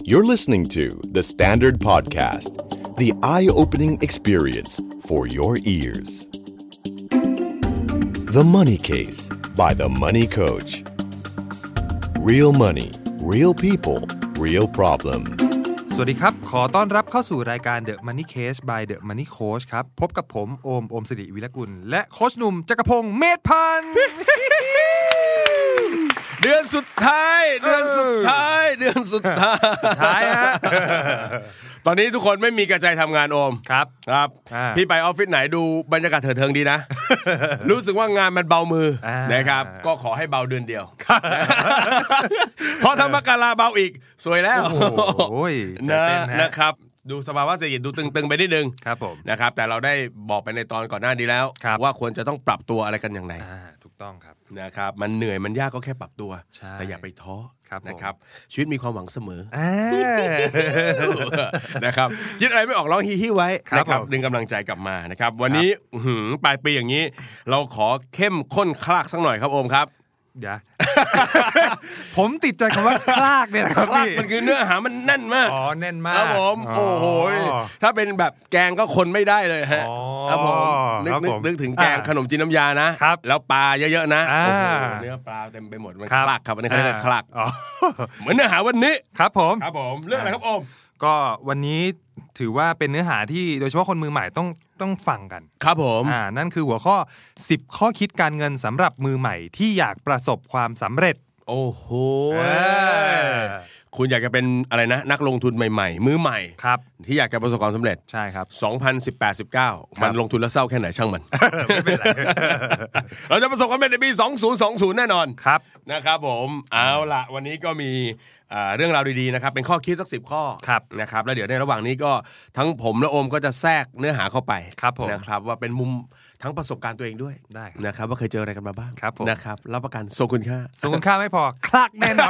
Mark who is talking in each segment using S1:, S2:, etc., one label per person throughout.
S1: You're listening to The Standard Podcast, the eye-opening experience for your ears. The Money Case by The Money Coach. Real money, real people, real problem.
S2: สวัสดีครับขอต้อนรับเข้าสู่รายการ The Money Case by The Money Coach ครับพบกับผมโอมสิริวิรกุลและโค้ชหนุ่มจักรพงษ์เมธพันธ์
S3: เดือนสุดท้าย
S2: ฮะ
S3: ตอนนี้ทุกคนไม่มีกระจายทำงานโอม
S2: ครับ
S3: พี่ไปออฟฟิศไหนดูบรรยากาศเถิดเทิงดีนะ รู้สึกว่างานมันเบามือนะครับก็ขอให้เบาเดือนเดียวเพราะถ้ามกราเบาอีกสวยแล้วนะครับดูสภาวะเศรษฐกิจดูตึงๆไปนิดนึง
S2: ครับผม
S3: นะครับแต่เราได้บอกไปในตอนก่อนหน้านี้แล้วว่าควรจะต้องปรับตัวอะไรกันอย่างไร
S2: ถูกต้องครับ
S3: นะครับมันเหนื่อยมันยากก็แค่ปรับตัวแต่อย่าไปท้อนะครับชีวิตมีความหวังเสมอนะครับคิดอะไรไม่ออกร้องฮิไว้นะครับดึงกำลังใจกลับมานะครับวันนี้ปลายปีอย่างนี้เราขอเข้มข้นคลากสักหน่อยครับโอมครับ
S2: เดี๋ยว ผมติดใจคำว่าคลากเนี่ยนะครับพี่
S3: มันคือเนื้อหามันแน่นมาก
S2: แน่นมาก
S3: ครับผมโอ้โหถ้าเป็นแบบแกงก็คนไม่ได้เลยฮะครับผมนึกถึงแกงขนมจีนน้ำยานะแล้วปลาเยอะๆนะโอ้โหเนื้อปลาเต็มไปหมดมันคลากครับอันนี้เขาเรียกคลากเหมือนเนื้อหาวันนี้
S2: ครับผม
S3: เรื่องอะไรครับโอม
S2: ก็วันนี้ถือว่าเป็นเนื้อหาที่โดยเฉพาะคนมือใหม่ต้องฟังกัน
S3: ครับผม
S2: นั่นคือหัวข้อ10ข้อคิดการเงินสำหรับมือใหม่ที่อยากประสบความสำเร็จ
S3: โอ้โหคุณอยากจะเป็นอะไรนะนักลงทุนใหม่ๆมือใหม่
S2: ครับ
S3: ที่อยากจะประสบความสำเร็จ
S2: ใช่ครับ
S3: 2018-19มันลงทุนแล้วเศร้าแค่ไหนช่างมัน ไม่เป็นไร เราจะประสบความสำเร็จในปี2020แน่นอน
S2: ครับ
S3: นะครับผมเอาล่ะวันนี้ก็มีเรื่องราวดีๆนะครับเป็นข้อคิดสัก10ข้อนะครับแล้วเดี๋ยวในระหว่างนี้ก็ทั้งผมและโอมก็จะแทรกเนื้อหาเข้าไปนะครับว่าเป็นมุมทั้งประสบการณ์ตัวเองด้วยนะครับว่าเคยเจออะไรกันมาบ้างนะครับรับประกันทรงคุณค่า
S2: ไม่พอคลักแน่นอน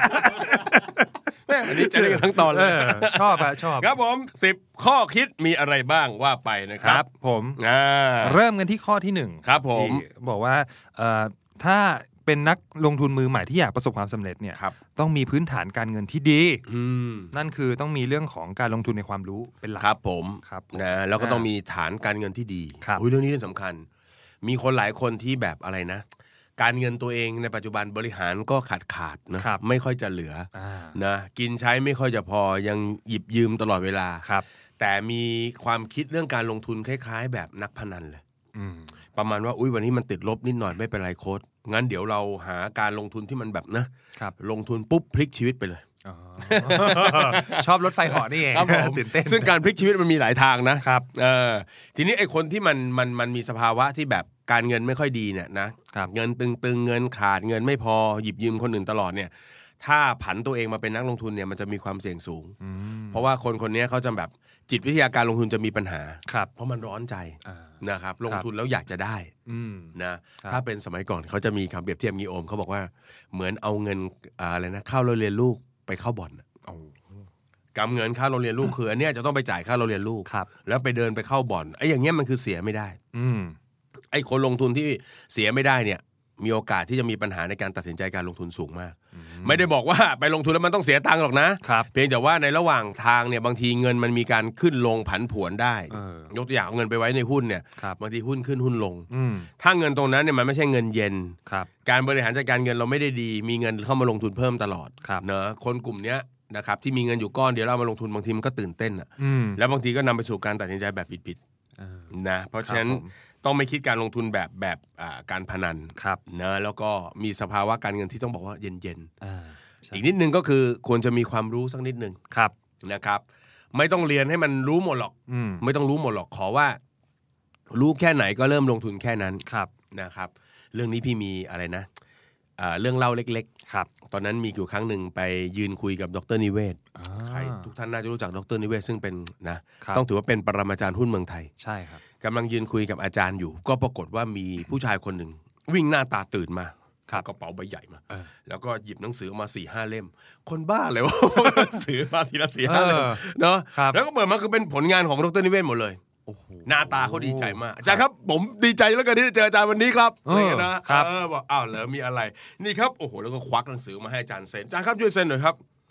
S3: วันนี้จะเล่นทั้งตอนเลย
S2: ชอบ
S3: ครับผม10ข้อคิดมีอะไรบ้างว่าไปนะครับ
S2: ผมเริ่มกันที่ข้อที่1
S3: ครับผม
S2: บอกว่าถ้าเป็นนักลงทุนมือใหม่ที่อยากประสบความสำเร็จเนี่ยต้องมีพื้นฐานการเงินที่ดีนั่นคือต้องมีเรื่องของการลงทุนในความรู้เป็นหลัก
S3: ครับผมนะแล้วก็ต้องมีฐานการเงินที่ดีเรื่องนี้สำคัญมีคนหลายคนที่แบบอะไรนะการเงินตัวเองในปัจจุบันบริหารก็ขาดนะไม่ค่อยจะเหลือนะกินใช้ไม่ค่อยจะพอยังหยิบยืมตลอดเวลาแต่มีความคิดเรื่องการลงทุนคล้ายๆแบบนักพนันเลยประมาณว่าวันนี้มันติดลบนิดหน่อยไม่เป็นไรโค้ชงั้นเดี๋ยวเราหาการลงทุนที่มันแบบนะลงทุนปุ๊บพลิกชีวิตไปเลย
S2: ชอบรถไฟเหาะนี่เองตื่นเต้น
S3: ซึ่งการพลิกชีวิตมันมีหลายทางนะครับทีนี้ไอ้คนที่มันมีสภาวะที่แบบการเงินไม่ค่อยดีเนี่ยนะเงินตึงเงินขาดเงินไม่พอหยิบยืมคนอื่นตลอดเนี่ยถ้าผันตัวเองมาเป็นนักลงทุนเนี่ยมันจะมีความเสี่ยงสูงเพราะว่าคนนี้เขาจะแบบจิตวิทยาการลงทุนจะมีปัญหาเพราะมันร้อนใจนะครับลงทุนแล้วอยากจะได้นะถ้าเป็นสมัยก่อนเขาจะมีคำเปรียบเทียบงี้โอมเขาบอกว่าเหมือนเอาเงินอะไรนะค่าโรงเรียนลูกไปเข้าบ่อนกำเงินค่าโรงเรียนลูกคืออันเนี้ยจะต้องไปจ่ายค่าโรงเรียนลูกแล้วไปเดินไปเข้าบ่อนไอ้อย่างเงี้ยมันคือเสียไม่ได้ไอ้คนลงทุนที่เสียไม่ได้เนี่ยมีโอกาสที่จะมีปัญหาในการตัดสินใจการลงทุนสูงมากไม่ได้บอกว่าไปลงทุนแล้วมันต้องเสียตังค์หรอกนะเพียงแต่ว่าในระหว่างทางเนี่ยบางทีเงินมันมีการขึ้นลงผันผวนได้ยกตัวอย่างเอาเงินไปไว้ในหุ้นเนี่ยบางทีหุ้นขึ้นหุ้นลงถ้าเงินตรงนั้นเนี่ยมันไม่ใช่เงินเย็นการบริหารจัดการเงินเราไม่ได้ดีมีเงินเข้ามาลงทุนเพิ่มตลอดเนอะคนกลุ่มเนี้ยนะครับที่มีเงินอยู่ก้อนเดียวเรามาลงทุนบางทีมันก็ตื่นเต้นอ่ะแล้วบางทีก็นำไปสู่การตัดสินใจแบบผิดๆนะเพราะฉะนั้นต้องไม่คิดการลงทุนแบบการพนันนะแล้วก็มีสภาวะการเงินที่ต้องบอกว่าเย็นๆอีกนิดนึงก็คือควรจะมีความรู้สักนิดนึงนะครับไม่ต้องเรียนให้มันรู้หมดหรอกไม่ต้องรู้หมดหรอกขอว่ารู้แค่ไหนก็เริ่มลงทุนแค่นั้นนะครับเรื่องนี้พี่มีอะไรนะเรื่องเล่าเล็กๆตอนนั้นมีอยู่ครั้งหนึ่งไปยืนคุยกับดร.นิเวศใครทุกท่านน่าจะรู้จักดร.นิเวศซึ่งเป็นนะต้องถือว่าเป็นปรมาจารย์หุ้นเมืองไทย
S2: ใช่ครับ
S3: กำลังยืนคุยกับอาจารย์อยู่ก็ปรากฏว่ามีผู้ชายคนหนึ่งวิ่งหน้าตาตื่นมากระเป๋าใบใหญ่มาแล้วก็หยิบหนังสือมา 4-5 เล่มคนบ้าเลยวะหนังสือมาทีละ 4-5 เล่มเนาะแล้วก็เปิดมาคือเป็นผลงานของดร.นิเวศหมดเลยหน้าตาเขาดีใจมากอาจารย์ครับผมดีใจแล้วกันที่ได้เจออาจารย์วันนี้ครับนะครับบอกอ้าวเหรอมีอะไรนี่ครับโอ้โหแล้วก็ควักหนังสือมาให้อาจารย์เซ็นอาจารย์ครับช่วยเซ็นหน่อยครับ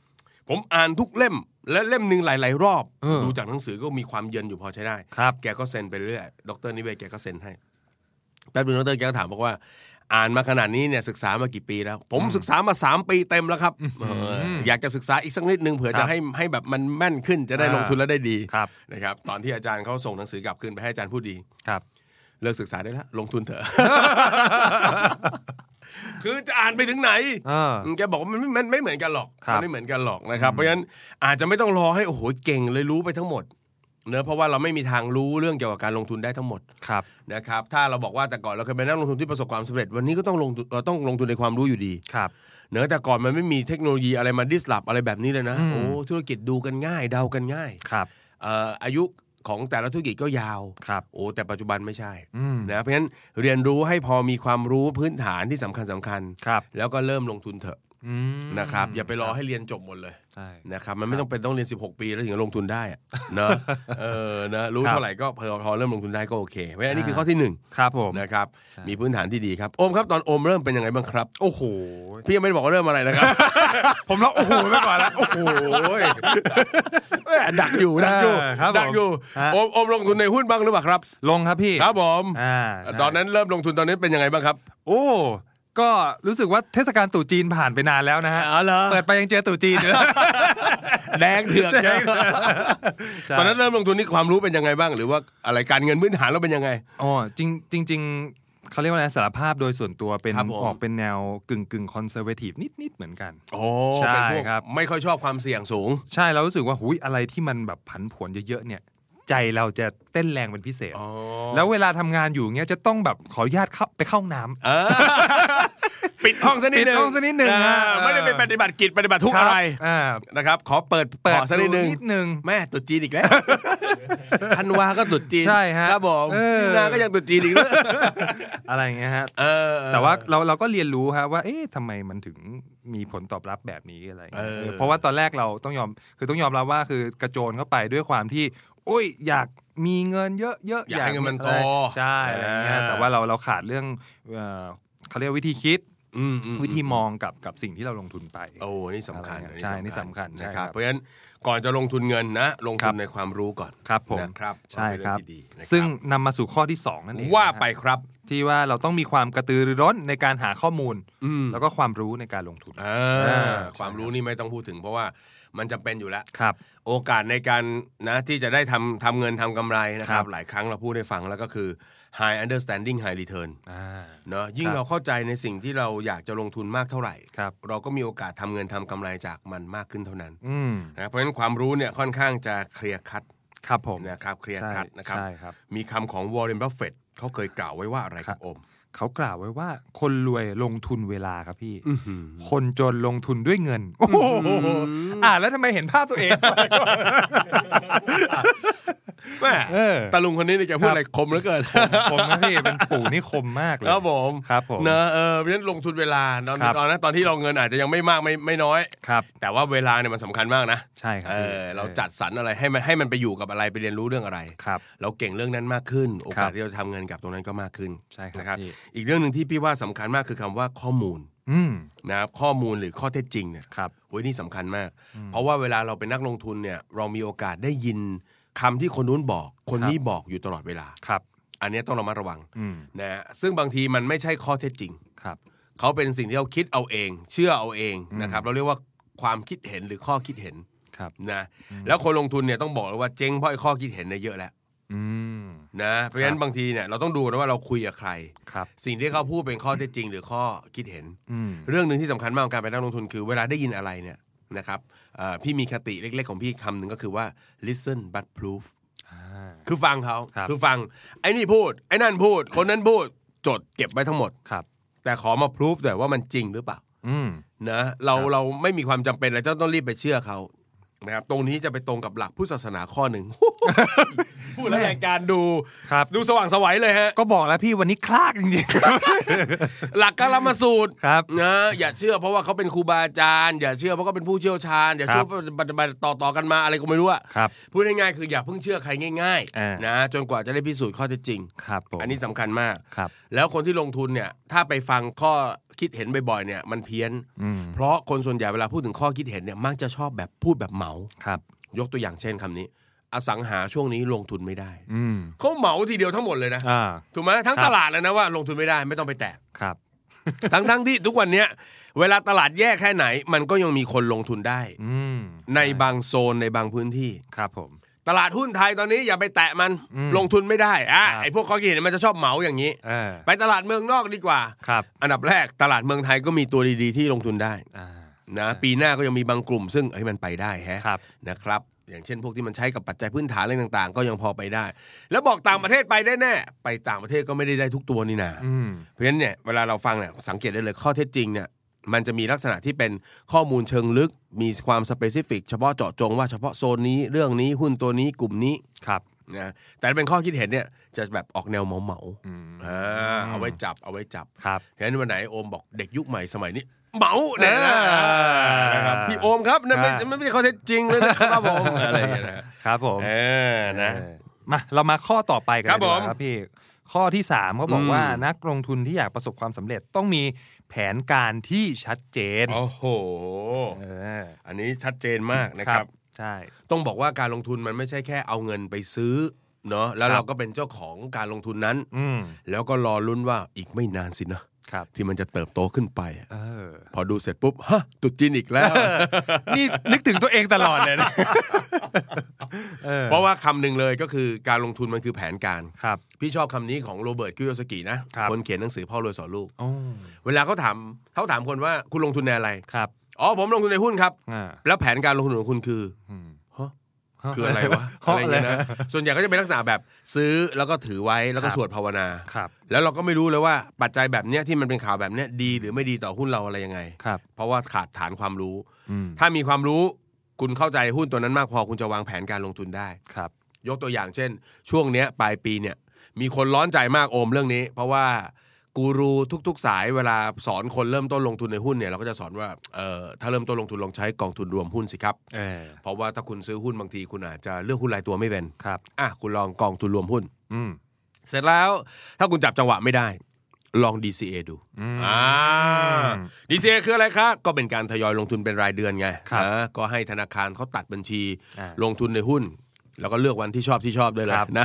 S3: ผมอ่านทุกเล่มและเล่มนึงหลายๆรอบดูจากหนังสือก็มีความเย็นอยู่พอใช้ได้แกก็เซ็นไปเรื่อยดร.นิเวศน์แกก็เซ็นให้แป๊บนึงดร.แกก็ถามบอกว่าอ่านมาขนาดนี้เนี่ยศึกษามากี่ปีแล้วผมศึกษามา3 ปีเต็มแล้วครับอยากจะศึกษาอีกสักนิดนึงเผื่อจะให้แบบมันแม่นขึ้นจะได้ลงทุนแล้วได้ดีนะครับตอนที่อาจารย์เขาส่งหนังสือกลับคืนไปให้อาจารย์พูดดีเลิกศึกษาได้แล้วลงทุนเถอะ คือจะอ่านไปถึงไหนแกบอกว่ามันไม่เหมือนกันหรอกมันไม่เหมือนกันหรอกนะครับเพราะฉะนั้นอาจจะไม่ต้องรอให้โอ้โหเก่งเลยรู้ไปทั้งหมดเนอะเพราะว่าเราไม่มีทางรู้เรื่องเกี่ยวกับการลงทุนได้ทั้งหมดนะครับถ้าเราบอกว่าแต่ก่อนเราเคยเป็นนักลงทุนที่ประสบความสำเร็จวันนี้ก็ต้องลงทุนในความรู้อยู่ดีเนอะแต่ก่อนมันไม่มีเทคโนโลยีอะไรมาดิสลอฟอะไรแบบนี้เลยนะโอ้ธุรกิจดูกันง่ายเดากันง่ายอายุของแต่ละธุรกิจก็ยาวโอ้แต่ปัจจุบันไม่ใช่นะเพราะฉะนั้นเรียนรู้ให้พอมีความรู้พื้นฐานที่สำคัญแล้วก็เริ่มลงทุนเถอะนะครับอย่าไปรอให้เรียนจบหมดเลยนะครับมันไม่ต้องเรียน16 ปีแล้วถึงจะลงทุนได้เนอะนะรู้เท่าไหร่ก็พอเริ่มลงทุนได้ก็โอเคเพราะฉะนั้นนี่คือข้อที่1ครับผมนะครับมีพื้นฐานที่ดีครับโอมครับตอนโอมเริ่มเป็นยังไงบ้างครับโอ้โหพี่ยังไม่ได้บอกว่าเริ่มอะไรนะครับ ผมร้องโอ้โหไปก่อนแล้วโอ้โหดักอยู่โอมลงทุนในหุ้นบ้างหรือเปล่าครับ
S2: ลงครับพี่
S3: ครับผมตอนนั้นเริ่มลงทุนตอนนี้เป็นยังไงบ้างครับ
S2: โอ้ก็รู้สึกว่าเทศกาลตรุษจีนผ่านไปนานแล้วนะฮะเปิดไปยังเจอตรุษจีนอยู่
S3: แดงเถือกตอนนั้นเริ่มลงทุนนี่ความรู้เป็นยังไงบ้างหรือว่าอะไรการเงินพื้นฐานเราเป็นยังไง
S2: อ๋อจริงเขาเรียกว่าอะไรสารภาพโดยส่วนตัวเป็นออกเป็นแนวกึ่งคอนเซอร์เวทีฟนิดเหมือนกัน
S3: โอ้ใช่ครับไม่ค่อยชอบความเสี่ยงสูง
S2: ใช่เรารู้สึกว่าหุยอะไรที่มันแบบผันผวนเยอะๆเนี่ยใจเราจะเต้นแรงเป็นพิเศษแล้วเวลาทำงานอยู่เงี้ยจะต้องแบบขออนุญาตไปเข้าน้
S3: ำปิดห้องซะนิดนึงไม่ได้ไปปฏิบัติกิจปฏิบัติทุกอะไรนะครับขอเปิดซะนิดนึงแม่ตุดจีนอีกแล้วธันวาก็ตุดจีน
S2: ใช่ฮะ
S3: ครับผมนาก็ยังตุดจีนอีก
S2: อะไรเงี้ยฮะแต่ว่าเราก็เรียนรู้ฮะว่าเอ๊ะทำไมมันถึงมีผลตอบรับแบบนี้อะไรเพราะว่าตอนแรกเราต้องยอมรับว่าคือกระโจนเข้าไปด้วยความที่โอ้ยอยากมีเงินเยอะๆ
S3: อยากให้เงินมันโต
S2: ใช่อะไรเงี้ยแต่ว่าเราขาดเรื่องเขาเรียกวิธีคิดวิธีมองกับสิ่งที่เราลงทุนไป
S3: โอ้นี่สำคัญ
S2: ใช่นี่สำคัญ
S3: นะครับเพราะฉะนั้นก่อนจะลงทุนเงินนะลงทุนในความรู้ก่อน
S2: ครับผม
S3: นะครับ
S2: ใช่ครับซึ่งนำมาสู่ข้อที่2นั่นเอง
S3: ว่าไปครับ
S2: ที่ว่าเราต้องมีความกระตือรือร้นในการหาข้อมูลแล้วก็ความรู้ในการลงทุน
S3: ความรู้นี่ไม่ต้องพูดถึงเพราะว่ามันจำเป็นอยู่แล้วโอกาสในการนะที่จะได้ทำเงินทำกำไรนะครับหลายครั้งเราพูดให้ฟังแล้วก็คือ high understanding high return เนอะยิ่งเราเข้าใจในสิ่งที่เราอยากจะลงทุนมากเท่าไหร่เราก็มีโอกาสทำเงินทำกำไรจากมันมากขึ้นเท่านั้นนะเพราะฉะนั้นความรู้เนี่ยค่อนข้างจะเคลียร์คัท
S2: ครับผม
S3: นะครับเคลียร์คัทนะครับมีคำของวอร์เรน บัฟเฟตต์เขาเคยกล่าวไว้ว่าอะไรครับโอม
S2: เขากล่าวไว้ว่าคนรวยลงทุนเวลาครับพี่คนจนลงทุนด้วยเงินโอ้โหแล้วทำไมเห็นภาพตัวเอง
S3: แม่ตาลุงคนนี้นี่แกพูดอะไรคมเหลือเกิน
S2: คมนะพี่เป็นปู่นี่คมมากเลย
S3: ครับผมนะเพราะฉะนั้นลงทุนเวลาตอนที่เราเงินอาจจะยังไม่มากไม่น้อยแต่ว่าเวลาเนี่ยมันสำคัญมากนะ
S2: ใช่ครับ
S3: เราจัดสรรอะไรให้มันไปอยู่กับอะไรไปเรียนรู้เรื่องอะไรเราเก่งเรื่องนั้นมากขึ้นโอกาสที่เราทำเงินกับตรงนั้นก็มากขึ้น
S2: ใช่
S3: นะครับอีกเรื่องนึงที่พี่ว่าสำคัญมากคือคำว่าข้อมูลนะครับข้อมูลหรือข้อเท็จจริงเนี่ยโอ้ยนี่สำคัญมากเพราะว่าเวลาเราเป็นนักลงทุนเนี่ยเรามีโอกาสได้ยินคำที่คนนู้นบอกคนนี้บอกอยู่ตลอดเวลาอันนี้ต้องระมัดระวังนะซึ่งบางทีมันไม่ใช่ข้อเท็จจริงเขาเป็นสิ่งที่เราคิดเอาเองเชื่อเอาเองนะครับเราเรียกว่าความคิดเห็นหรือข้อคิดเห็นนะแล้วคนลงทุนเนี่ยต้องบอกเลยว่าเจ๊งเพราะไอ้ข้อคิดเห็นเนี่ยเยอะแล้วนะเพราะฉะนั้นบางทีเนี่ยเราต้องดูนะว่าเราคุยกับใครสิ่งที่เขาพูดเป็นข้อเท็จจริงหรือข้อคิดเห็นเรื่องนึงที่สำคัญมากของการเป็นนักลงทุนคือเวลาได้ยินอะไรเนี่ยนะครับพี่มีคติเล็กๆของพี่คำหนึ่งก็คือว่า listen but prove คือฟังเขาคือฟังไอ้นี่พูดไอ้นั่นพูดคนนั้นพูดจดเก็บไว้ทั้งหมดแต่ขอมา prove แต่ว่ามันจริงหรือเปล่านะเราไม่มีความจำเป็นอะไรต้องรีบไปเชื่อเขานะครับตรงนี้จะไปตรงกับหลักพุทธศาสนาข้อหนึ่งพูดแล้วรายการดูสว่างไสวเลยฮะ
S2: ก็บอกแล้วพี่วันนี้คลากจริง
S3: ๆหลักกรรมสูตรนะอย่าเชื่อเพราะว่าเขาเป็นครูบาอาจารย์อย่าเชื่อเพราะเขาเป็นผู้เชี่ยวชาญอย่าเชื่อปฏิบัติต่อกันมาอะไรก็ไม่รู้อะพูดง่ายๆคืออย่าเพิ่งเชื่อใครง่ายๆนะจนกว่าจะได้พิสูจน์ข้อเท็จจริงอันนี้สำคัญมากแล้วคนที่ลงทุนเนี่ยถ้าไปฟังข้อคิดเห็นบ่อยๆเนี่ยมันเพี้ยนเพราะคนส่วนใหญ่เวลาพูดถึงข้อคิดเห็นเนี่ยมักจะชอบแบบพูดแบบเหมา
S2: ครับ
S3: ยกตัวอย่างเช่นคำนี้อสังหาช่วงนี้ลงทุนไม่ได้เขาเหมาทีเดียวทั้งหมดเลยนะถูกไหมทั้งตลาดเลยนะว่าลงทุนไม่ได้ไม่ต้องไปแตะ
S2: ครับ
S3: ทั้งที่ทุกวันนี้เวลาตลาดแย่แค่ไหนมันก็ยังมีคนลงทุนได้ในบางโซนในบางพื้นที่
S2: ครับผม
S3: ตลาดหุ้นไทยตอนนี้อย่าไปแตะมันลงทุนไม่ได้ไอ้พวกข้อคิดเห็นมันจะชอบเหมาอย่างนี้ไปตลาดเมืองนอกดีกว่าอันดับแรกตลาดเมืองไทยก็มีตัวดีๆที่ลงทุนได้นะปีหน้าก็ยังมีบางกลุ่มซึ่งมันไปได้ฮะนะครับอย่างเช่นพวกที่มันใช้กับปัจจัยพื้นฐานอะไรต่างๆก็ยังพอไปได้แล้วบอกต่างประเทศไปได้แน่ไปต่างประเทศก็ไม่ได้ทุกตัวนี่นาเพราะฉะนั้นเนี่ยเวลาเราฟังเนี่ยสังเกตได้เลยข้อเท็จจริงเนี่ยมันจะมีลักษณะที่เป็นข้อมูลเชิงลึกมีความสเปซิฟิกเฉพาะเจาะจงว่าเฉพาะโซนนี้เรื่องนี้หุ้นตัวนี้กลุ่มนี้
S2: ครับ
S3: นะแต่เป็นข้อคิดเห็นเนี่ยจะแบบออกแนวเหมาเอาไว้จับ
S2: ครับ
S3: เห็นวันไหนโอมบอกเด็กยุคใหม่สมัยนี้เหมาเนี่ยนะครับพี่โอมครับนั่นไม่ใช่ข้อเท็จจริงเลยนะครับผมอะไรอย่างเงี้ย
S2: ครับผม
S3: นะ
S2: มาเรามาข้อต่อไปกันดีกว่าครับพี่ข้อที่3เขาบอกว่านักลงทุนที่อยากประสบความสำเร็จต้องมีแผนการที่ชัดเจน
S3: โอ้โหอันนี้ชัดเจนมากนะครับ
S2: ใช่
S3: ต้องบอกว่าการลงทุนมันไม่ใช่แค่เอาเงินไปซื้อเนาะแล้วเราก็เป็นเจ้าของการลงทุนนั้นแล้วก็รอลุ้นว่าอีกไม่นานสินะที่มันจะเติบโตขึ้นไปพอดูเสร็จปุ๊บฮะตุดจีนอีกแล้ว
S2: นี่นึกถึงตัวเองตลอดเลยนะ
S3: เพราะว่าคำหนึ่งเลยก็คือการลงทุนมันคือแผนการ
S2: ครับ
S3: พี่ชอบคำนี้ของโรเบิร์ตคิโยสกินะคนเขียนหนังสือพ่อรวยสอนลูกเวลาเขาถามคนว่าคุณลงทุนในอะไร
S2: ครับ
S3: ผมลงทุนในหุ้นครับแล้วแผนการลงทุนของคุณคือคืออะไรวะอะไรอย่างเงี้ยนะส่วนใหญ่ก็จะเป็นลักษณะแบบซื้อแล้วก็ถือไว้แล้วก็สวดภาวนาแล้วเราก็ไม่รู้เลยว่าปัจจัยแบบเนี้ยที่มันเป็นข่าวแบบเนี้ยดีหรือไม่ดีต่อหุ้นเราอะไรยังไงเพราะว่าขาดฐานความรู้ถ้ามีความรู้คุณเข้าใจหุ้นตัวนั้นมากพอคุณจะวางแผนการลงทุนได้ยกตัวอย่างเช่นช่วงเนี้ยปลายปีเนี่ยมีคนร้อนใจมากโอมเรื่องนี้เพราะว่ากูรูทุกๆสายเวลาสอนคนเริ่มต้นลงทุนในหุ้นเนี่ยเราก็จะสอนว่าถ้าเริ่มต้นลงทุนลองใช้กองทุนรวมหุ้นสิครับเพราะว่าถ้าคุณซื้อหุ้นบางทีคุณอาจจะเลือกหุ้นรายตัวไม่เป็น
S2: ครับ
S3: คุณลองกองทุนรวมหุ้นเสร็จแล้วถ้าคุณจับจังหวะไม่ได้ลอง DCA ดูDCA คืออะไรคะก็เป็นการทยอยลงทุนเป็นรายเดือนไงก็ให้ธนาคารเขาตัดบัญชีลงทุนในหุ้นแล้วก็เลือกวันที่ชอบด้วยเลยนะ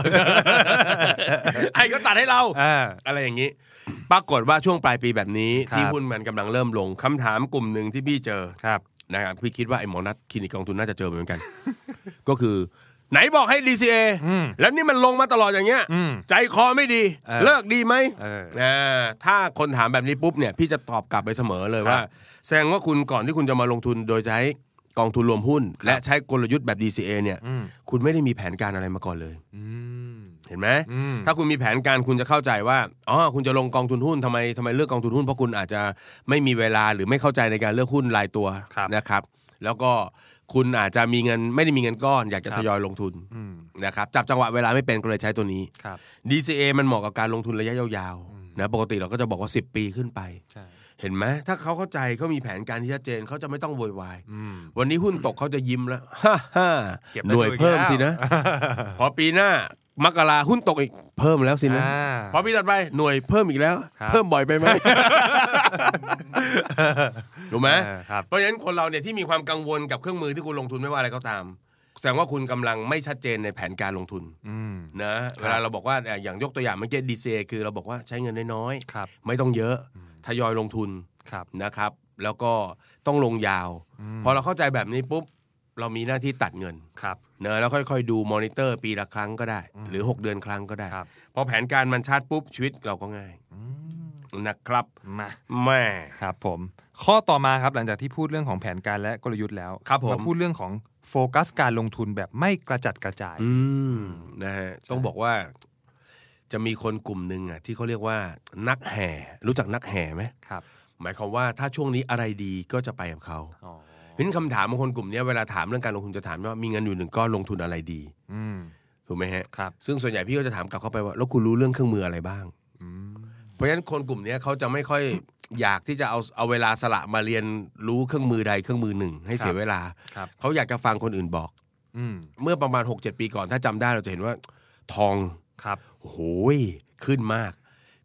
S3: ไอ้ก็ตัดให้เราอะไรอย่างนี้ปรากฏว่าช่วงปลายปีแบบนี้ที่หุ้นมันกำลังเริ่มลงคำถามกลุ่มหนึ่งที่พี่เจอนะครับพี่คิดว่าไอ้หมอนัทคลินิกกองทุนน่าจะเจอเหมือนกันก็คือไหนบอกให้ DCA แล้วนี่มันลงมาตลอดอย่างเงี้ยใจคอไม่ดีเลิกดีไหมถ้าคนถามแบบนี้ปุ๊บเนี่ยพี่จะตอบกลับไปเสมอเลยว่าแสดงว่าคุณก่อนที่คุณจะมาลงทุนโดยใช้กองทุนรวมหุ้นและใช้กลยุทธ์แบบ DCA เนี่ยคุณไม่ได้มีแผนการอะไรมาก่อนเลยเห็นไหมถ้าคุณมีแผนการคุณจะเข้าใจว่าคุณจะลงกองทุนหุ้นทำไมเลือกกองทุนหุ้นเพราะคุณอาจจะไม่มีเวลาหรือไม่เข้าใจในการเลือกหุ้นรายตัวนะครับแล้วก็คุณอาจจะมีเงินไม่ได้มีเงินก้อนอยากจะทยอยลงทุนนะครับจับจังหวะเวลาไม่เป็นก็เลยใช้ตัวนี้ DCA มันเหมาะกับการลงทุนระยะยาวๆนะปกติเราก็จะบอกว่า10 ปีขึ้นไปเห็นไหมถ้าเขาเข้าใจเขามีแผนการที่ชัดเจนเขาจะไม่ต้องโวยวายวันนี้หุ้นตกเขาจะยิ้มแล้วหน่วยเพิ่มสินะพอปีหน้ามกราหุ้นตกอีกเพิ่มแล้วสินะพอปีถัดไปหน่วยเพิ่มอีกแล้วเพิ่มบ่อยไปไหมรู้ไหมเพราะฉะนั้นคนเราเนี่ยที่มีความกังวลกับเครื่องมือที่คุณลงทุนไม่ว่าอะไรก็ตามแสดงว่าคุณกำลังไม่ชัดเจนในแผนการลงทุนนะเวลาเราบอกว่าอย่างยกตัวอย่างเมื่อกี้ DCA คือเราบอกว่าใช้เงินน้อยๆไม่ต้องเยอะทยอยลงทุนนะครับแล้วก็ต้องลงยาวพอเราเข้าใจแบบนี้ปุ๊บเรามีหน้าที่ตัดเงินเนอะแล้วค่อยๆดูมอนิเตอร์ปีละครั้งก็ได้หรือ6 เดือนครั้งก็ได้พอแผนการมันชัดปุ๊บชีวิตเราก็ง่ายนะครับแม่
S2: ครับผมข้อต่อมาครับหลังจากที่พูดเรื่องของแผนการและกลยุทธ์แล้วมาพูดเรื่องของโฟกัสการลงทุนแบบไม่กระจัดกระจาย
S3: นะฮะต้องบอกว่าจะมีคนกลุ่มหนึ่งที่เขาเรียกว่านักแห่รู้จักนักแห่ไหม
S2: ครับ
S3: หมายความว่าถ้าช่วงนี้อะไรดีก็จะไปกับเขาเป็นคำถามของคนกลุ่มนี้เวลาถามเรื่องการลงทุนจะถามว่ามีเงินอยู่1 ก้อนลงทุนอะไรดีถูกไหมฮะซึ่งส่วนใหญ่พี่ก็จะถามกลับเข้าไปว่าแล้วคุณรู้เรื่องเครื่องมืออะไรบ้างเพราะฉะนั้นคนกลุ่มนี้เขาจะไม่ค่อยอยากที่จะเอาเวลาสละมาเรียนรู้เครื่องมือใดเครื่องมือหนึ่งให้เสียเวลาเขาอยากจะฟังคนอื่นบอกเมื่อประมาณ 6-7 ปีก่อนถ้าจำได้เราจะเห็นว่าทองโอ้โหขึ้นมาก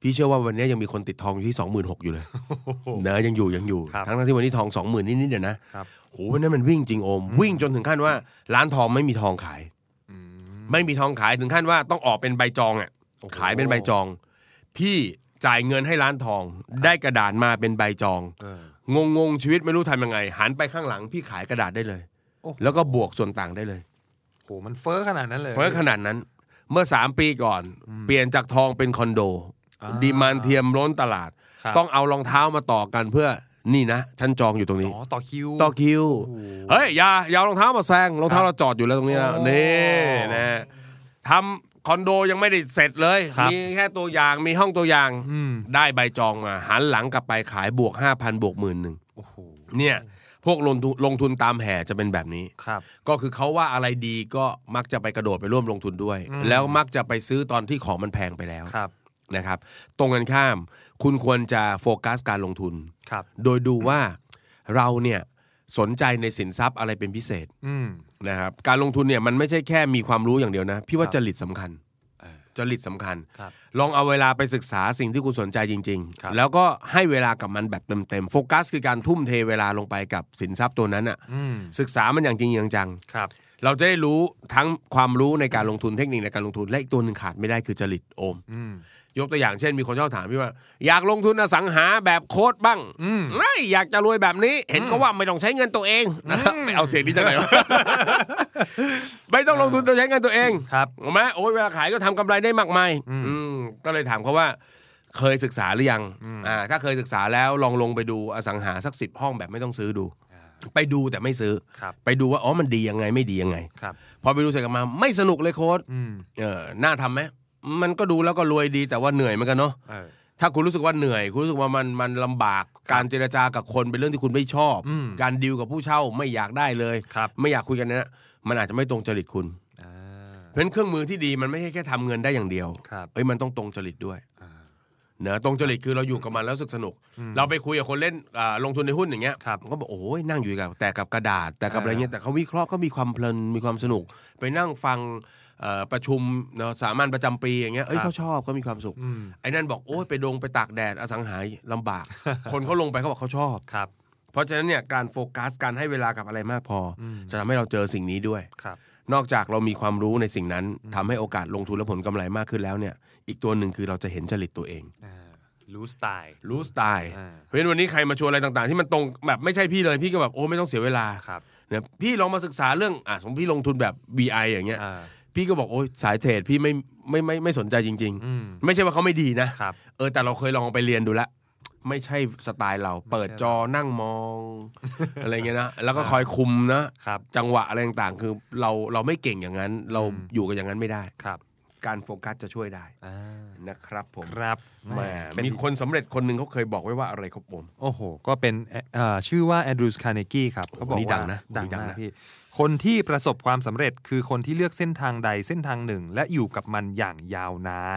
S3: พี่เชื่อว่าวันนี้ยังมีคนติดทองอยู่ที่ 26,000 อยู่เลยนะยังอยู่ทั้งที่วันนี้ทอง 20,000 นิดๆเดี๋ยวนะโหวันนั้นมันวิ่งจริงโอมวิ่งจนถึงขั้นว่าร้านทองไม่มีทองขายไม่มีทองขายถึงขั้นว่าต้องออกเป็นใบจองอ่ะขายเป็นใบจองพี่จ่ายเงินให้ร้านทองได้กระดาษมาเป็นใบจองงงชีวิตไม่รู้ทำยังไงหันไปข้างหลังพี่ขายกระดาษได้เลยแล้วก็บวกส่วนต่างได้เลย
S2: โหมันเฟ้อขนาดนั้นเลย
S3: เฟ้อขนาดนั้นเมื่อ3 ปีก่อนเปลี่ยนจากทองเป็นคอนโดดีมานด์เทียมล้นตลาดต้องเอารองเท้ามาต่อกันเพื่อนี่นะฉันจองอยู่ตรงนี้
S2: ต่อคิว
S3: เฮ้ยอย่าเอารองเท้ามาแซงรองเท้าเราจอดอยู่แล้วตรงนี้แล้วนี่นะทำคอนโดยังไม่ได้เสร็จเลยมีแค่ตัวอย่างมีห้องตัวอย่างได้ใบจองมาหันหลังกลับไปขายบวก 5,000 บวก 10,000
S2: โอ้โห
S3: เนี่ยพวกลงทุนตามแห่จะเป็นแบบนี้ก็คือเขาว่าอะไรดีก็มักจะไปกระโดดไปร่วมลงทุนด้วยแล้วมักจะไปซื้อตอนที่ของมันแพงไปแล้วนะครับตรงกันข้ามคุณควรจะโฟกัสการลงทุนโดยดูว่าเราเนี่ยสนใจในสินทรัพย์อะไรเป็นพิเศษนะครับการลงทุนเนี่ยมันไม่ใช่แค่มีความรู้อย่างเดียวนะพี่ว่าจริตสำคัญลองเอาเวลาไปศึกษาสิ่งที่คุณสนใจจริงๆแล้วก็ให้เวลากับมันแบบเต็มๆโฟกัสคือการทุ่มเทเวลาลงไปกับสินทรัพย์ตัวนั้นอ่ะศึกษามันอย่างจริงจังเราจะได้รู้ทั้งความรู้ในการลงทุนเทคนิคในการลงทุนและอีกตัวหนึ่งขาดไม่ได้คือจริตโอมยกตัวอย่างเช่นมีคนชอบถามพี่ว่าอยากลงทุนอสังหาแบบโค้ดบ้างไม่อยากจะรวยแบบนี้เห็นเขาว่าไม่ต้องใช้เงินตัวเองนะครับไม่เอาเสียงนี้จากไหนวะไม่ต้องลงทุนต้องใช้เงินตัวเอง
S2: ครับ
S3: ถูกไหมโอ้ยเวลาขายก็ทำกำไรได้มากมายก็เลยถามเขาว่าเคยศึกษาหรือยังถ้าเคยศึกษาแล้วลองลงไปดูอสังหาสัก10 ห้องแบบไม่ต้องซื้อดูไปดูแต่ไม่ซื้อไปดูว่าอ๋อมันดียังไงไม่ดียังไงพอไปดูเสร็จกลับมาไม่สนุกเลยโค้ดน่าทำไหมมันก็ดูแล้วก็รวยดีแต่ว่าเหนื่อยเหมือนกันเนาะถ้าคุณรู้สึกว่าเหนื่อยคุณรู้สึกว่ามันลำบากการเจรจากับคนเป็นเรื่องที่คุณไม่ชอบการดีลกับผู้เช่าไม่อยากได้เลยไม่อยากคุยกันนะมันอาจจะไม่ตรงจริตคุณเพราะฉะนั้นเครื่องมือที่ดีมันไม่ใช่แค่ทำเงินได้อย่างเดียวมันต้องตรงจริตด้วยเนอะตรงจริตคือเราอยู่กับมันแล้วรู้สึกสนุกเราไปคุยกับคนเล่นลงทุนในหุ้นอย่างเงี้ยก็บอกโอ้ยนั่งอยู่กับแต่กับกระดาษแต่กับอะไรเงี้ยแต่เขาวิเคราะห์ก็มีความเพลินมีความสนุกไปนั่งฟังประชุมเนาะสามัญประจำปีอย่างเงี้ยเขาชอบก็มีความสุขไอ้นั่นบอกโอ้ยไปตากแดดอสังหาลำบาก คนเขาลงไปเขาบอกเขาชอบเพราะฉะนั้นเนี่ยการโฟกัสการให้เวลากับอะไรมากพอจะทำให้เราเจอสิ่งนี้ด้วยนอกจากเรามีความรู้ในสิ่งนั้นทำให้โอกาสลงทุนและผลกำไรมากขึ้นแล้วเนี่ยอีกตัวหนึ่งคือเราจะเห็นจริตตัวเอง
S2: รู้สไตล์
S3: เพราะฉะนั้นวันนี้ใครมาชวนอะไรต่างๆที่มันตรงแบบไม่ใช่พี่เลยพี่ก็แบบโอ้ไม่ต้องเสียเวลาเนี่ยพี่ลองมาศึกษาเรื่องสมมติพี่ลงทุนแบบ VI อย่างเงี้ยพี่ก็บอกโอ้ยสายเทรดพี่ไม่สนใจจริงๆไม่ใช่ว่าเขาไม่ดีนะแต่เราเคยลองไปเรียนดูแล้วไม่ใช่สไตล์เราเปิดจอนั่งมองอะไรเงี้ยนะแล้วก็คอยคุมนะจังหวะอะไรต่างๆคือเราไม่เก่งอย่างนั้นเราอยู่กับอย่างนั้นไม่ได้การโฟกัสจะช่วยได้นะครับผม
S2: ครับ
S3: มีคนสำเร็จคนหนึ่งเขาเคยบอกไว้ว่าอะไรครับผม
S2: โอ้โหก็เป็นชื่อว่าแอนดรูว์ คาร์เนกี้ครับเขาบอกว่าดังนะพี่คนที่ประสบความสำเร็จคือคนที่เลือกเส้นทางใดเส้นทางหนึ่งและอยู่กับมันอย่างยาวนาน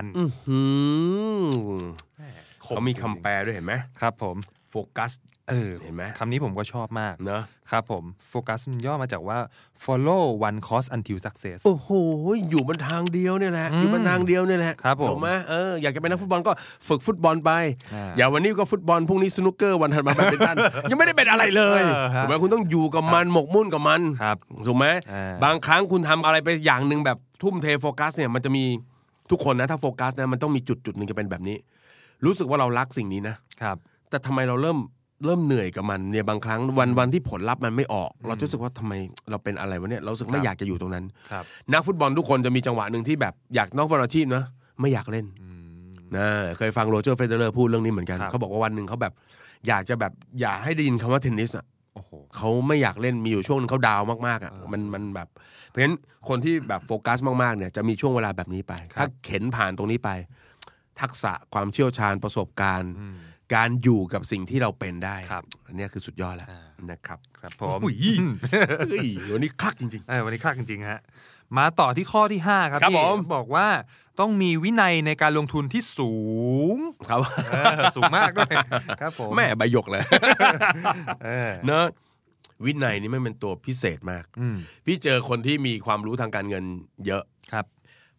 S3: เขามีคำแปลด้วยเห็นไหม
S2: ครับผม
S3: โฟกัสเห็นไหม
S2: คำนี้ผมก็ชอบมากนะครับผมโฟกัสมันย่อมาจากว่า follow one course until success
S3: โอ้โหอยู่บนทางเดียวเนี่ยแหละอยู่บนทางเดียวเนี่ยแหละ
S2: ครับผม
S3: ถูกไหมอยากจะเป็นนักฟุตบอลก็ฝึกฟุตบอลไปอย่าวันนี้ก็ฟุตบอลพรุ่งนี้สนุกเกอร์วันถัดมาแบดมินตันยังไม่ได้เป็นอะไรเลยถูกไหมคุณต้องอยู่กับมันหมกมุ่นกับมันถูกไหมบางครั้งคุณทำอะไรไปอย่างนึงแบบทุ่มเทโฟกัสเนี่ยมันจะมีทุกคนนะถ้าโฟกัสนะมันต้องมีจุดนึงจะเป็นแบบนี้รู้สึกว่าเรารักสิ่งนี้นะครับแต่ทำไมเราเริ่มเหนื่อยกับมันเนี่ยบางครั้งวันที่ผลลัพธ์มันไม่ออกเรารู้สึกว่าทำไมเราเป็นอะไรวะเนี่ยเรารู้สึกไม่อยากจะอยู่ตรงนั้นนักฟุตบอลทุกคนจะมีจังหวะหนึ่งที่แบบอยากนอกฟุตบอลอาชีพนะไม่อยากเล่นนะเคยฟังโรเจอร์เฟเดอร์พูดเรื่องนี้เหมือนกันเขาบอกว่าวันหนึ่งเขาแบบอยากจะแบบอยากให้ได้ยินคำว่าเทนนิสอ่ะเขาไม่อยากเล่นมีอยู่ช่วงนึงเขาดาวมากๆอ่ะมันแบบเพราะฉะนั้นคนที่แบบโฟกัสมากๆเนี่ยจะมีช่วงเวลาแบบนี้ไปถ้าเข็นผ่านตรงนี้ไปทักษะความเชี่ยวชาญประสบการณ์การอยู่กับสิ่งที่เราเป็นได้อันนี้คือสุดยอดแล้วนะครับ
S2: ครับผม
S3: วันนี้คลักจริง
S2: ๆวันนี้คลักจริงๆฮะมาต่อที่ข้อที่5ครับพี่บอกว่าต้องมีวินัยในการลงทุนที่สูง
S3: ครับ
S2: สูงมากด้วยครับผม
S3: แม่ใบหยกเลยเนอะวินัยนี่ไม่เป็นตัวพิเศษมากพี่เจอคนที่มีความรู้ทางการเงินเยอะ
S2: ครับ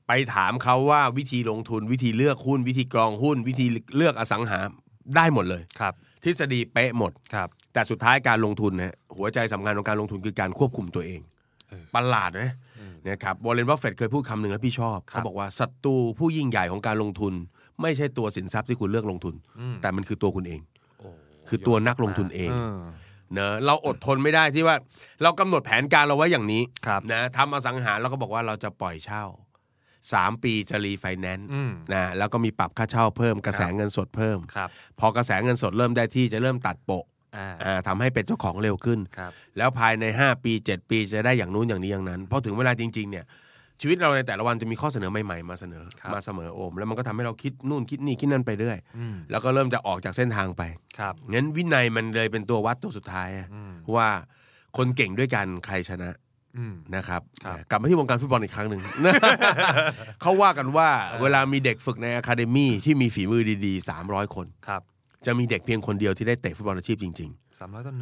S3: ไปถามเขาว่าวิธีลงทุนวิธีเลือกหุ้นวิธีกรองหุ้นวิธีเลือกอสังหาได้หมดเลย
S2: ครับ
S3: ทฤษฎีเป๊ะหมด
S2: ครับ
S3: แต่สุดท้ายการลงทุนนะหัวใจสำคัญของการลงทุนคือการควบคุมตัวเองประหลาดไหมนะครับวอร์เรน บัฟเฟตต์เคยพูดคำหนึ่งแล้วพี่ชอบเขาบอกว่าศัตรูผู้ยิ่งใหญ่ของการลงทุนไม่ใช่ตัวสินทรัพย์ที่คุณเลือกลงทุนแต่มันคือตัวคุณเองคือตัวนักลงทุนเองเนอะเราอดทนไม่ได้ที่ว่าเรากำหนดแผนการเราไว้อย่างนี้นะทำอสังหาแล้วก็บอกว่าเราจะปล่อยเช่า3 ปีจะรีไฟแนนซ์นะแล้วก็มีปรับค่าเช่าเพิ่มกระแสเงินสดเพิ่มพอกระแสเงินสดเริ่มได้ที่จะเริ่มตัดโปะทำให้เป็นเจ้าของเร็วขึ้นแล้วภายใน5 ปี7 ปีจะได้อย่างนู้นอย่างนี้อย่างนั้นพอถึงเวลาจริงๆเนี่ยชีวิตเราในแต่ละวันจะมีข้อเสนอใหม่ๆมาเสนอมาเสมอโอมแล้วมันก็ทำให้เราคิดนู่นคิดนี่คิดนั่นไปเรื่อยแล้วก็เริ่มจะออกจากเส้นทางไปงั้นวินัยมันเลยเป็นตัววัดตัวสุดท้ายว่าคนเก่งด้วยกันใครชนะนะครับกลับมาที่วงการฟุตบอลอีกครั้งหนึ่ง เขาว่ากันว่าเวลามีเด็กฝึกในอะคาเดมี่ที่มีฝีมือดีๆ300 คนจะมีเด็กเพียงคนเดียวที่ได้เตะฟุตบอลอาชีพจริงๆ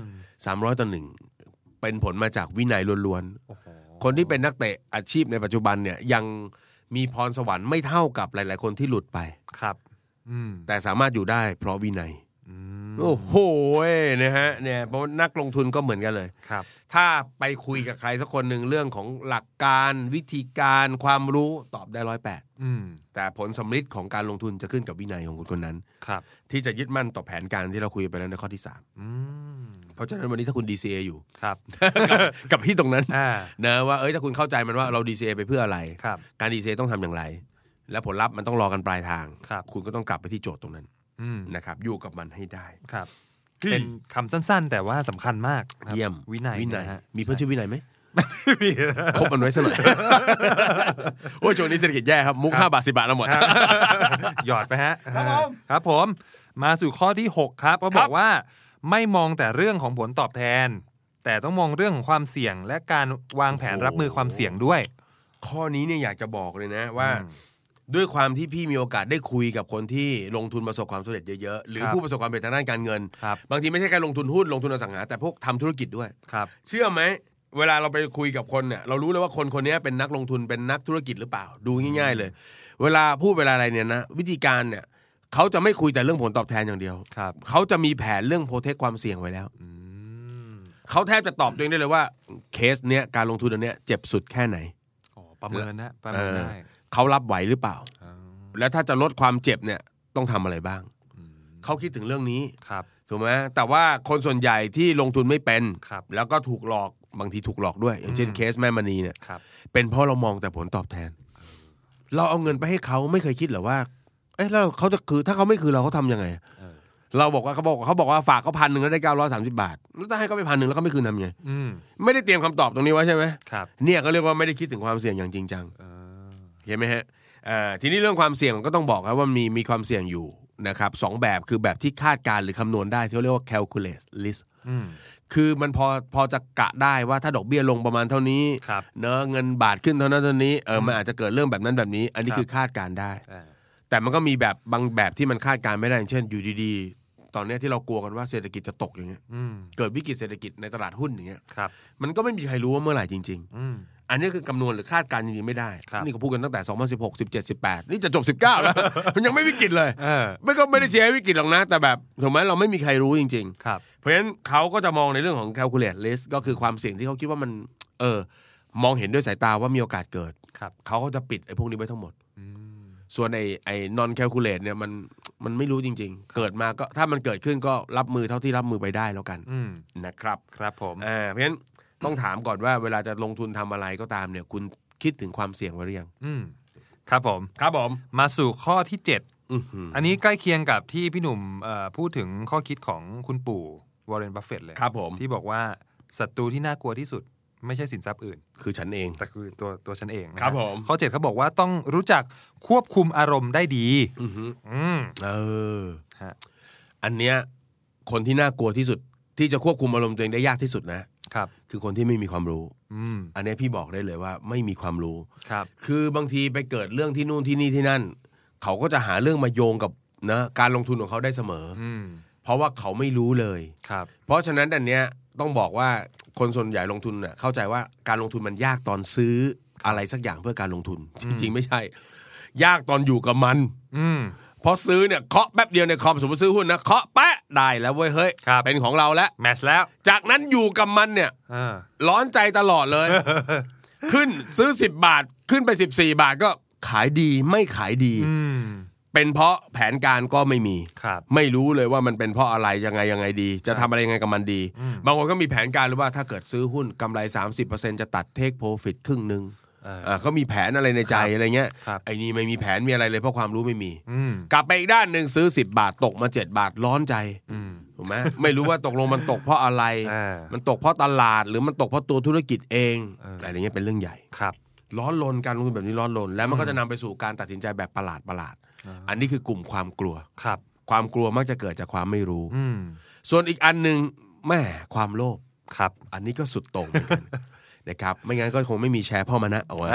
S3: 300-1เป็นผลมาจากวินัยล้วนๆคนที่เป็นนักเตะอาชีพในปัจจุบันเนี่ยยังมีพรสวรรค์ไม่เท่ากับหลายๆคนที่หลุดไป
S2: ครับ
S3: แต่สามารถอยู่ได้เพราะวินัยโอ้โหนะฮะเนี่ยเพราะนักลงทุนก็เหมือนกันเลย
S2: ครับ
S3: ถ้าไปคุยกับใครสักคนหนึ่งเรื่องของหลักการวิธีการความรู้ตอบได้108แต่ผลสำลิดของการลงทุนจะขึ้นกับวินัยของคนนั้น
S2: ครับ
S3: ที่จะยึดมั่นต่อแผนการที่เราคุยไปแล้วในข้อที่3เพราะฉะนั้นวันนี้ถ้าคุณ DCA อยู่
S2: ครับ
S3: กับที่ตรงนั้นนะว่าถ้าคุณเข้าใจมันว่าเรา DCA ไปเพื่ออะไรการ DCA ต้องทำอย่างไรและผลลัพธ์มันต้องรอกันปลายทางคุณก็ต้องกลับไปที่โจทย์ตรงนั้นนะครับอยู่กับมันให้ได้
S2: ครับเป็นคำสั้นๆแต่ว่าสำคัญมาก
S3: เยี่ยม
S2: วินัย
S3: มีเพื่อนชื่อวินัยไหมมีคบมันไว้ซะหน่อยโอ้ยช่วงนี้เศรษฐกิจแย่ครับมุก5 บาท 10 บาทแล้วหมด
S2: หยอดไปฮะครับผมมาสู่ข้อที่6ครับเขาบอกว่าไม่มองแต่เรื่องของผลตอบแทนแต่ต้องมองเรื่องของความเสี่ยงและการวางแผนรับมือความเสี่ยงด้วย
S3: ข้อนี้เนี่ยอยากจะบอกเลยนะว่าด้วยความที่พี่มีโอกาสได้คุยกับคนที่ลงทุนประสบความสำเร็จเยอะๆหรือผู้ประสบความสำเร็จทางด้านการเงินบางทีไม่ใช่แค่ลงทุนหุ้นลงทุนอสังหาแต่พวกทำธุรกิจด้วยเชื่อไหมเวลาเราไปคุยกับคนเนี่ยเรารู้เลยว่าคนนี้เป็นนักลงทุนเป็นนักธุรกิจหรือเปล่าดูง่ายๆเลยเวลาพูดเวลาอะไรเนี่ยนะวิธีการเนี่ยเขาจะไม่คุยแต่เรื่องผลตอบแทนอย่างเดียวเขาจะมีแผนเรื่องโปรเทคความเสี่ยงไว้แล้วเขาแทบจะตอบตัวเองได้เลยว่าเคสเนี้ยการลงทุนอันเนี้ยเจ็บสุดแค่ไหน
S2: ประเมินได้
S3: เขารับไหวหรือเปล่าแล้วถ้าจะลดความเจ็บเนี่ยต้องทำอะไรบ้างเขาคิดถึงเรื่องนี้ถูกไหมแต่ว่าคนส่วนใหญ่ที่ลงทุนไม่เป็นแล้วก็ถูกหลอกบางทีถูกหลอกด้วยอย่างเช่นเคสแม่มณีเนี่ยเป็นเพราะเรามองแต่ผลตอบแทนเราเอาเงินไปให้เขาไม่เคยคิดหรอว่าแล้วเขาจะคือถ้าเขาไม่คือเราเขาทำยังไงเราบอกว่าเขาบอกว่าฝากเขา1,000แล้วได้930 บาทแล้วถ้าให้เขาไป1,000แล้วเขาไม่คืนทำไงไม่ได้เตรียมคำตอบตรงนี้ไว้ใช่ไหมเนี่ยก็เรียกว่าไม่ได้คิดถึงความเสี่ยงอย่างจริงจังเห็นไหมฮะทีนี้เรื่องความเสี่ยงก็ต้องบอกครับว่ามีความเสี่ยงอยู่นะครับ2แบบคือแบบที่คาดการหรือคำนวณได้ที่เรียกว่า calculate list คือมันพอจะกะได้ว่าถ้าดอกเบี้ยลงประมาณเท่านี้เนอะเงินบาทขึ้นเท่านั้นเท่านี้มันอาจจะเกิดเรื่องแบบนั้นแบบนี้อันนี้คือคาดการได้แต่มันก็มีแบบบางแบบที่มันคาดการไม่ได้อย่างเช่นอยู่ดีๆตอนนี้ที่เรากลัวกันว่าเศรษฐกิจจะตกอย่างเงี้ยเกิดวิกฤตเศรษฐกิจในตลาดหุ้นอย่างเงี้ยมันก็ไม่มีใครรู้ว่าเมื่อไหร่จริงๆอันนี้คือคำนวณหรือคาดการณ์จริงๆไม่ได้นี่ก็พูดกันตั้งแต่2016 17 18นี่จะจบ19แล้วมันยังไม่วิกฤตเลยไม่ก็ไม่ได้เชียร์ให้วิกฤตหรอกนะแต่แบบถูกไหมเราไม่มีใครรู้จริงๆเพราะฉะนั้นเขาก็จะมองในเรื่องของ calculate risk ก็คือความเสี่ยงที่เขาคิดว่ามันมองเห็นด้วยสายตาว่ามีโอกาสเกิดเขาก็จะปิดไอ้พวกนี้ไว้ทั้งหมดส่วนไอ้ non calculate เนี่ยมันไม่รู้จริงๆเกิดมาก็ถ้ามันเกิดขึ้นก็รับมือเท่าที่รับมือไปได้แล้วกันนะครับ
S2: ครับผม
S3: เพราะฉะนั้นต้องถามก่อนว่าเวลาจะลงทุนทำอะไรก็ตามเนี่ยคุณคิดถึงความเสี่ยงไว้หรือยัง
S2: ครับผมมาสู่ข้อที่7อันนี้ใกล้เคียงกับที่พี่หนุ่มพูดถึงข้อคิดของคุณปู่วอร์เรน บัฟเฟตต์เลย
S3: ครับผม
S2: ที่บอกว่าศัตรูที่น่ากลัวที่สุดไม่ใช่สินทรัพย์อื่น
S3: คือฉันเอง
S2: แต่คือตัวฉันเอง
S3: ครับผม
S2: ข้อ7เขาบอกว่าต้องรู้จักควบคุมอารมณ์ได้ดี
S3: อันเนี้ยคนที่น่ากลัวที่สุดที่จะควบคุมอารมณ์ตัวเองได้ยากที่สุดนะครับคือคนที่ไม่มีความรู้อันนี้พี่บอกได้เลยว่าไม่มีความรู้คือบางทีไปเกิดเรื่องที่นู่นที่นี่ที่นั่นเขาก็จะหาเรื่องมาโยงกับนะการลงทุนของเขาได้เสมอเพราะว่าเขาไม่รู้เลยเพราะฉะนั้นอันเนี้ยต้องบอกว่าคนส่วนใหญ่ลงทุนเข้าใจว่าการลงทุนมันยากตอนซื้ออะไรสักอย่างเพื่อการลงทุนจริงๆไม่ใช่ยากตอนอยู่กับมันพอซื้อเนี่ยเคาะแป๊บเดียวในคอมสมมติซื้อหุ้นนะเคาะแปะได้แล้วเว้ยเฮ้ยเป็นของเราแล้ว
S2: แมทช์แล้ว
S3: จากนั้นอยู่กับมันเนี่ยร้อนใจตลอดเลย ขึ้นซื้อ10 บาทขึ้นไป14 บาทก็ขายดีไม่ขายดีเป็นเพราะแผนการก็ไม่มีไม่รู้เลยว่ามันเป็นเพราะอะไรยังไงดีจะทำอะไรยังไงกับมันดีบางคนก็มีแผนการหรือว่าถ้าเกิดซื้อหุ้นกำไร 30% จะตัดเทคโปรฟิตครึ่งนึงเขามีแผนอะไรในใจอะไรเงี้ยไอ้นี่ไม่มีแผนมีอะไรเลยเพราะความรู้ไม่มีกลับไปอีกด้านนึงซื้อ10 บาทตกมา7 บาทร้อนใจถูกไหมไม่รู้ว่าตกลงมันตกเพราะอะไรมันตกเพราะตลาดหรือมันตกเพราะตัวธุรกิจเองอะไรเงี้ยเป็นเรื่องใหญ่ร้อนรนการลงทุนแบบนี้ร้อนรนแล้วมันก็จะนำไปสู่การตัดสินใจแบบประหลาดอันนี้คือกลุ่มความกลัวความกลัวมักจะเกิดจากความไม่รู้ส่วนอีกอันนึงแม่ความโลภอันนี้ก็สุดโต่งเหมือนกันนะครับไม่งั้นก็คงไม่มีแชร์พ่อมานะเอาไว้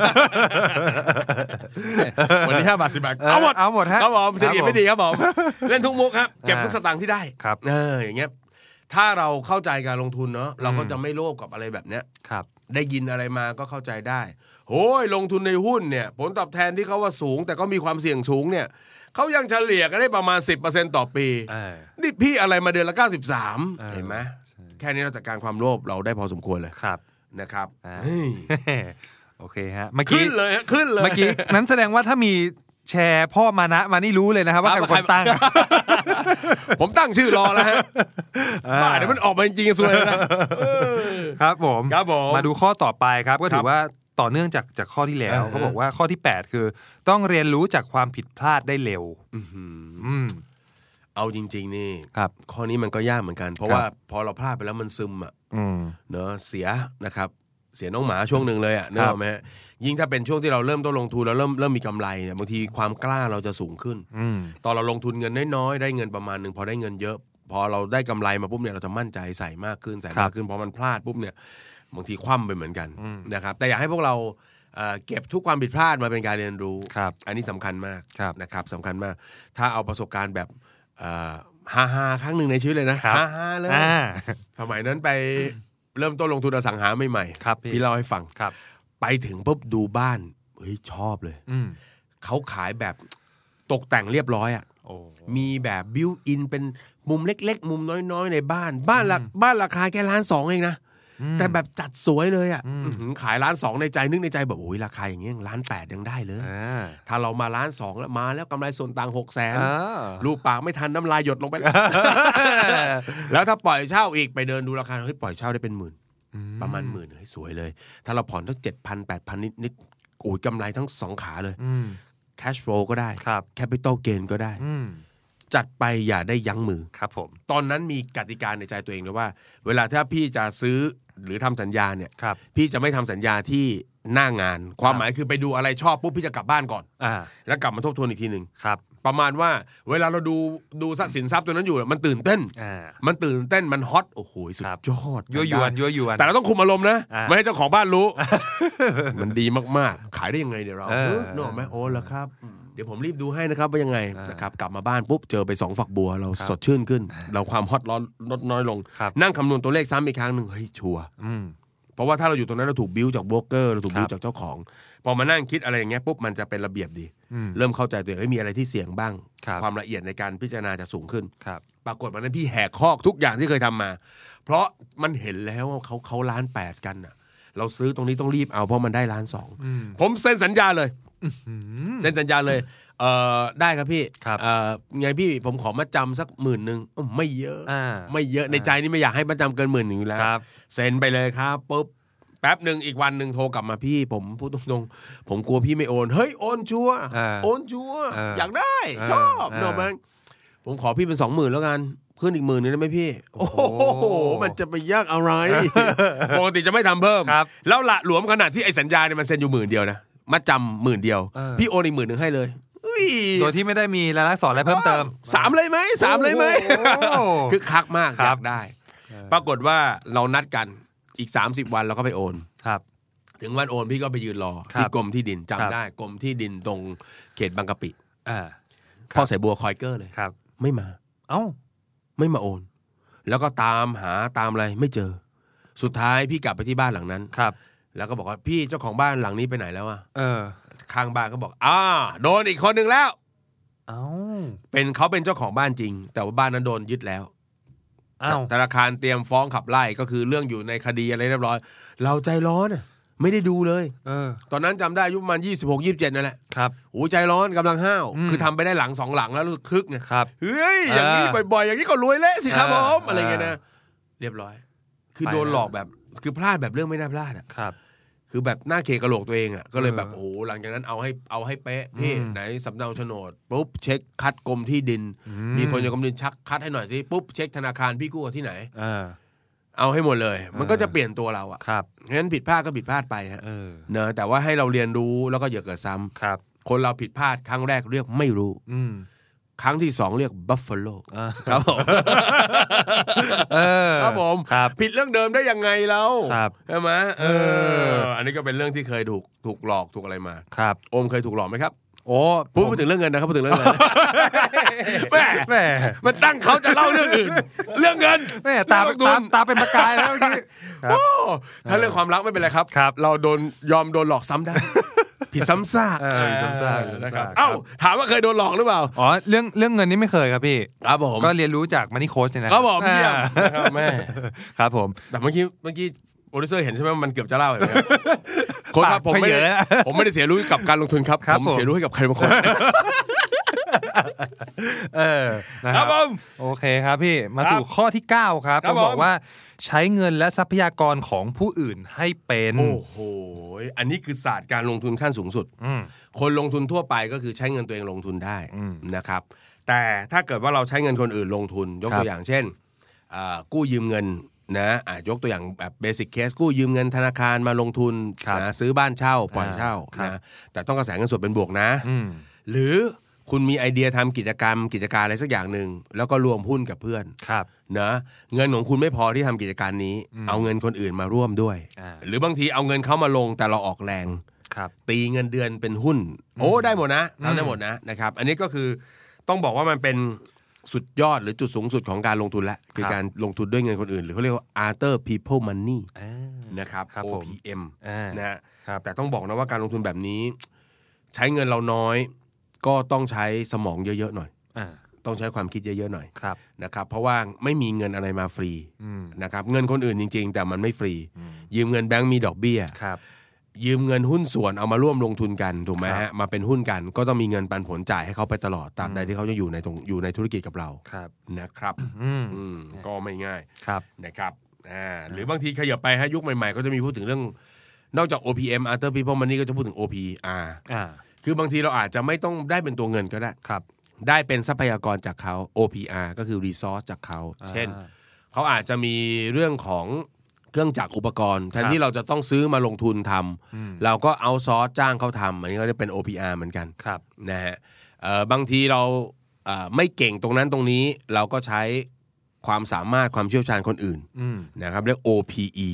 S3: วันนี้5 บาท10 บาทเอาหมดครับผมเศรษฐกิจไม่ดีครับผมเล่นทุกมุกครับเก็บทุกสตางค์ที่ได้อย่างเงี้ยถ้าเราเข้าใจการลงทุนเนาะเราก็จะไม่โลภกับอะไรแบบเนี้ยได้ยินอะไรมาก็เข้าใจได้โอ้ยลงทุนในหุ้นเนี่ยผลตอบแทนที่เขาว่าสูงแต่ก็มีความเสี่ยงสูงเนี่ยเขายังเฉลี่ยกันได้ประมาณ 10% ต่อปีนี่พี่อะไรมาเดือนละ93เห็นไหมแค่นี้เราจัดการความโลภเราได้พอสมควรเลยนะครับ
S2: โอเคฮะเมื่อกี้
S3: ขึ้นเลยเ
S2: มื่อกี้นั้นแสดงว่าถ้ามีแชร์พ่อมานะมานี่รู้เลยนะครับว่าใครเป็นคนตั้ง
S3: ผมตั้งชื่อรอแล้วฮะเดี๋ยวมันออกมาจริงๆสวยนะครับ
S2: ผมมาดูข้อต่อไปครับก็ถือว่าต่อเนื่องจากข้อที่แล้วเขาบอกว่าข้อที่8คือต้องเรียนรู้จากความผิดพลาดได้เร็ว
S3: เอาจริงๆนี่ข้อนี้มันก็ยากเหมือนกันเพราะว่าพอเราพลาดไปแล้วมันซึมอ่ะเนอะเสียนะครับเสียน้องหมาช่วงหนึ่งเลยอ่ะนึกออกไหมฮะยิ่งถ้าเป็นช่วงที่เราเริ่มต้นลงทุนเราเริ่มมีกำไรเนี่ยบางทีความกล้าเราจะสูงขึ้นตอนเราลงทุนเงินน้อยๆได้เงินประมาณนึงพอได้เงินเยอะพอเราได้กำไรมาปุ๊บเนี่ยเราจะมั่นใจใส่มากขึ้นพอมันพลาดปุ๊บเนี่ยบางทีคว่ำไปเหมือนกันนะครับแต่อยากให้พวกเราเก็บทุกความผิดพลาดมาเป็นการเรียนรู้อันนี้สำคัญมากนะครับสำคัญมากถ้าเอาประสบการณ์แบบฮาครั้งหนึ่งในชีวิตเลยนะฮาเลยสมัยนั้นไปเริ่มต้นลงทุนอสังหาใหม่ๆพี่เล่าให้ฟังไปถึงปุ๊บดูบ้านเฮ้ยชอบเลยเขาขายแบบตกแต่งเรียบร้อยอ่ะมีแบบบิวอินเป็นมุมเล็กๆมุมน้อยๆในบ้านราคาแค่1.2 ล้านเองนะแต่แบบจัดสวยเลยอ่ะขาย1.2 ล้านในใจนึกในใจแบบโอ้ยราคาอย่างเงี้ย1.8 ล้านยังได้เลยถ้าเรามา1.2 ล้านแล้วมาแล้วกำไรส่วนต่าง600,000รูปปากไม่ทันน้ำลายหยดลงไปแล้วถ้าปล่อยเช่าอีกไปเดินดูราคาเฮ้ยปล่อยเช่าได้เป็น10,000ประมาณ10,000เฮ้ยสวยเลยถ้าเราผ่อนทั้ง 7,000 8,000 นิดโอ้ยกำไรทั้ง2ขาเลยcash flow ก็ได้ capital gain ก็ได้จัดไปอย่าได้ยั้งมือ
S2: ครับผม
S3: ตอนนั้นมีกติกาในใจตัวเองเลยว่าเวลาถ้าพี่จะซื้อหรือทำสัญญาเนี่ยพี่จะไม่ทำสัญญาที่หน้างานความหมายคือไปดูอะไรชอบปุ๊บพี่จะกลับบ้านก่อนแล้วกลับมาทบทวนอีกทีนึงประมาณว่าเวลาเราดูสินทรัพย์ตัวนั้นอยู่มันตื่นเต้นมันฮอตโอ้โหสุดยอด
S2: ยั่วยวน
S3: แต่เราต้องคุมอารมณ์นะไม่ให้เจ้าของบ้านรู้ มันดีมากๆขายได้ยังไงเดี๋ยวเรานึกออกไหมโอ้แล้วครับเดี๋ยวผมรีบดูให้นะครับว่ายังไงนะครับกลับมาบ้านปุ๊บเจอไป2 ฝักบัวเราสดชื่นขึ้นเราความฮอตร้อนลดน้อยลงนั่งคำนวณตัวเลขซ้ำอีกครั้งนึงเฮ้ยชัวร์เพราะว่าถ้าเราอยู่ตรงนั้นเราถูกบิ้วจากโบรกเกอร์เราถูกบิ้วจากเจ้าของพอมานั่งคิดอะไรอย่างเงี้ยปุ๊บมันจะเป็นระเบียบดีเริ่มเข้าใจตัวเองมีอะไรที่เสี่ยงบ้างความละเอียดในการพิจารณาจะสูงขึ้นปรากฏวันนั้นพี่แหกคอกทุกอย่างที่เคยทำมาเพราะมันเห็นแล้วว่าเขา1.8 ล้านกันน่ะเราซื้อตรงนี้ต้องรีบเอาเพราะมันได้1.2 ล้านผมเซ็นสัญญาเลยได้ครับพี่ไงพี่ผมขอมาจำสัก10,000ไม่เยอะในใจนี่ไม่อยากให้มาจำเกิน10,000อยู่แล้วเซ็นไปเลยครับปุ๊บแป๊บหนึ่งอีกวันหนึ่งโทรกลับมาพี่ผมพูดตรงๆผมกลัวพี่ไม่โอนเฮ้ยโอนชัวร์อยากได้ชอบเนอะมันผมขอพี่เป็น20,000แล้วกันขึ้นอีก10,000นึงได้ไหมพี่โอ้โหมันจะไปยากอะไรปกติจะไม่ทำเพิ่มแล้วละหลวมขนาดที่ไอ้สัญญาเนี่ยมันเซ็นอยู่10,000เดียวนะมาจำ10,000เดียวพี่โอนอีก10,000ให้เลย
S2: โดยที่ไม่ได้มีรายลักษณ์อักษรอะไรเพิ่มเติม
S3: 3เลยไหมคือคักมากอยากได้ปรากฏว่าเรานัดกันอีก30 วันเราก็ไปโอนถึงวันโอนพี่ก็ไปยืนรอที่กรมที่ดินจำได้กรมที่ดินตรงเขตบางกะปิพ่อสายบัวคอยเกอร์เลยไม่มาไม่มาโอนแล้วก็ตามหาตามอะไรไม่เจอสุดท้ายพี่กลับไปที่บ้านหลังนั้นแล้วก็บอกว่าพี่เจ้าของบ้านหลังนี้ไปไหนแล้วอะ
S2: ข้าง
S3: บ้านก็บอกโดนอีกคนนึงแล้วเขาเป็นเจ้าของบ้านจริงแต่ว่าบ้านนั้นโดนยึดแล้วธนาคารเตรียมฟ้องขับไล่ก็คือเรื่องอยู่ในคดีอะไรเรียบร้อยเราใจร้อนไม่ได้ดูเลยตอนนั้นจำได้อายุประมาณ26-27นั่นแหละครับโอ้ใจร้อนกำลังห้าวคือทำไปได้หลัง2หลังแล้วรู้สึกคึกไงเฮ้ยอย่างนี้บ่อยๆอย่างนี้ก็รวยเละสิครับผมอะไรเงี้ยนะเรียบร้อยคือโดนหลอกแบบคือพลาดแบบเรื่องไม่น่าพลาดครับคือแบบหน้าเคกระโหลกตัวเองก็เลยแบบโอ้หลังจากนั้นเอาให้เป๊ะพี่ไหนสำเนาโฉนดปุ๊บเช็คคัดกรมที่ดินมีคนจากกรมดินชักคัดให้หน่อยสิปุ๊บเช็คธนาคารพี่กู้ที่ไหนเอาให้หมดเลยมันก็จะเปลี่ยนตัวเราครับงั้นผิดพลาดก็ผิดพลาดไปฮะเนอะแต่ว่าให้เราเรียนรู้แล้วก็อย่าเกิดซ้ำครับคนเราผิดพลาดครั้งแรกเรียกไม่รู้ครั้งที่2เรียกบัฟฟาโลครับผมครับผมผิดเรื่องเดิมได้ยังไงแล้วใช่ไหมอันนี้ก็เป็นเรื่องที่เคยถูกหลอกถูกอะไรมาครับโอมเคยถูกหลอกไหมครับโอ้พูดถึงเรื่องเงินนะครับพูดถึงเรื่องเงินแม่มันตั้งเขาจะเล่าเรื่องอื่นเรื่องเงินแม่ตาเป็นประกายแล้วเมื่อกี้ถ้าเรื่องความรักไม่เป็นไรครับเรายอมโดนหลอกซ้ำได้ผิดซ้ำซากนะครับถามว่าเคยโดนหลอกหรือเปล่า
S2: อ๋อเรื่องเงินนี่ไม่เคยครับพี่
S3: ครับผม
S2: ก็เรียนรู้จากมันนี่โค้ชเนี่ย
S3: นะครับผมเยี่ยมนะครับแม่
S2: ครับผม
S3: แต่เมื่อกี้โปรดิวเซอร์เห็นใช่ไหมมันเกือบจะเล่าอย่างเงี้ยโค้ชครับผมไม่ได้เสียรู้กับการลงทุนครับผมเสียรู้ให้กับใครบางคน
S2: ครับผมโอเคครับพี่มาสู่ข้อที่9ครับเขาบอกว่าใช้เงินและทรัพยากรของผู้อื่นให้เป็น
S3: โอ้โหอันนี้คือศาสตร์การลงทุนขั้นสูงสุดคนลงทุนทั่วไปก็คือใช้เงินตัวเองลงทุนได้นะครับแต่ถ้าเกิดว่าเราใช้เงินคนอื่นลงทุนยกตัวอย่างเช่นกู้ยืมเงินนะยกตัวอย่างแบบเบสิกเคสกู้ยืมเงินธนาคารมาลงทุนนะซื้อบ้านเช่าปล่อยเช่านะแต่ต้องกระแสเงินสดเป็นบวกนะหรือคุณมีไอเดียทำกิจการอะไรสักอย่างหนึ่งแล้วก็รวมหุ้นกับเพื่อนนะเงินของคุณไม่พอที่ทำกิจการนี้เอาเงินคนอื่นมาร่วมด้วยหรือบางทีเอาเงินเขามาลงแต่เราออกแรงตีเงินเดือนเป็นหุ้นโอ้ได้หมดนะทำได้หมดนะครับอันนี้ก็คือต้องบอกว่ามันเป็นสุดยอดหรือจุดสูงสุดของการลงทุนละคือการลงทุนด้วยเงินคนอื่นหรือเขาเรียกว่า other people money นะครับ OPM นะฮะแต่ต้องบอกนะว่าการลงทุนแบบนี้ใช้เงินเราน้อยก็ต้องใช้สมองเยอะๆหน่อยต้องใช้ความคิดเยอะๆหน่อยนะครับเพราะว่าไม่มีเงินอะไรมาฟรีนะครับเงินคนอื่นจริงๆแต่มันไม่ฟรียืมเงินแบงก์มีดอกเบี้ยยืมเงินหุ้นส่วนเอามาร่วมลงทุนกันถูกไหมฮะมาเป็นหุ้นกันก็ต้องมีเงินปันผลจ่ายให้เขาไปตลอดตราบใดที่เขาจะอยู่ในธุรกิจกับเรานะครับก็ไม่ง่ายนะครับหรือบางทีขยับไปฮะยุคใหม่ๆก็จะมีพูดถึงเรื่องนอกจาก OPM Other People Money ก็จะพูดถึง OPR คือบางทีเราอาจจะไม่ต้องได้เป็นตัวเงินก็ได้ได้เป็นทรัพยากรจากเขา OPR ก็คือ resource จากเขาเช่นเขาอาจจะมีเรื่องของเครื่องจักรอุปกรณ์แทนที่เราจะต้องซื้อมาลงทุนทำเราก็เอาซอร์สจ้างเขาทำอันนี้ก็จะเป็น OPR เหมือนกันนะฮะบางทีเราไม่เก่งตรงนั้นตรงนี้เราก็ใช้ความสามารถความเชี่ยวชาญคนอื่นนะครับเรียก OPE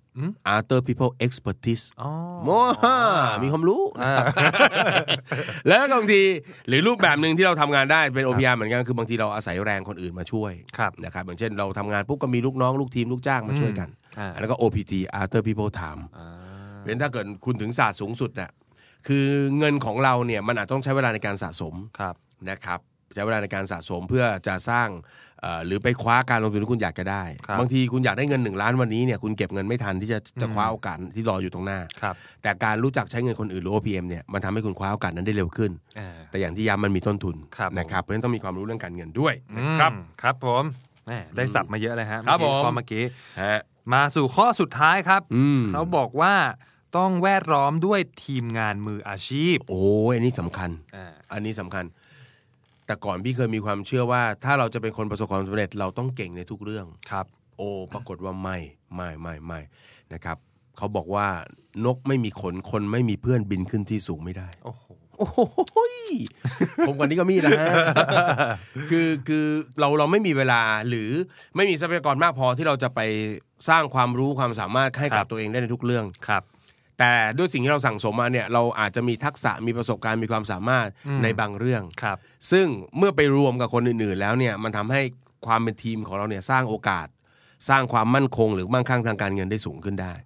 S3: Other People Expertise มีความรู้แล้วบางทีหรือรูปแบบหนึ่งที่เราทำงานได้เป็น OPR เหมือนกันคือบางทีเราอาศัยแรงคนอื่นมาช่วยนะครับอย่างเช่นเราทำงานปุ๊บก็มีลูกน้องลูกทีมลูกจ้างมาช่วยกันแล้วก็ OPT Other People Time เป็นถ้าเกิดคุณถึงศาสตร์สูงสุดน่ะคือเงินของเราเนี่ยมันอาจต้องใช้เวลาในการสะสมนะครับใช้เวลาในการสะสมเพื่อจะสร้างหรือไปคว้าการลงทุนที่คุณอยากจะได้บางทีคุณอยากได้เงิน1 ล้านวันนี้เนี่ยคุณเก็บเงินไม่ทันที่จะคว้าโอกาสที่รออยู่ตรงหน้าแต่การรู้จักใช้เงินคนอื่นหรือ OPM เนี่ยมันทำให้คุณคว้าโอกาสนั้นได้เร็วขึ้นแต่อย่างที่ย้ำมันมีต้นทุนนะครับเพราะฉะนั้นต้องมีความรู้เรื่องการเงินด้วยนะครับ
S2: ครับผมได้สับมาเยอะเลยฮะข้อเมื่อกี้มาสู่ข้อสุดท้ายครับเขาบอกว่าต้องแวดล้อมด้วยทีมงานมืออาชีพ
S3: โอ้อันนี้สำคัญอันนี้สำคัญแต่ก่อนพี่เคยมีความเชื่อว่าถ้าเราจะเป็นคนประสบความสำเร็จเราต้องเก่งในทุกเรื่อง
S2: ครับ
S3: โอ้ปรากฏว่าไม่นะครับเขาบอกว่านกไม่มีขนคนไม่มีเพื่อนบินขึ้นที่สูงไม่ได้โอ้โหผมกว่านี้ก็มีนะฮะคือเราไม่มีเวลาหรือไม่มีทรัพยากรมากพอที่เราจะไปสร้างความรู้ความสามารถให้กับตัวเองได้ในทุกเรื่อง
S2: ครับ
S3: แต่ด้วยสิ่งที่เราสั่งสมมาเนี่ยเราอาจจะมีทักษะมีประสบการณ์มีความสามารถในบางเรื่องซึ่งเมื่อไปรวมกับคนอื่นๆแล้วเนี่ยมันทำให้ความเป็นทีมของเราเนี่ยสร้างโอกาสสร้างความมั่นคงหรือมั่งคั่งทางการเงินได้สูงขึ้นได้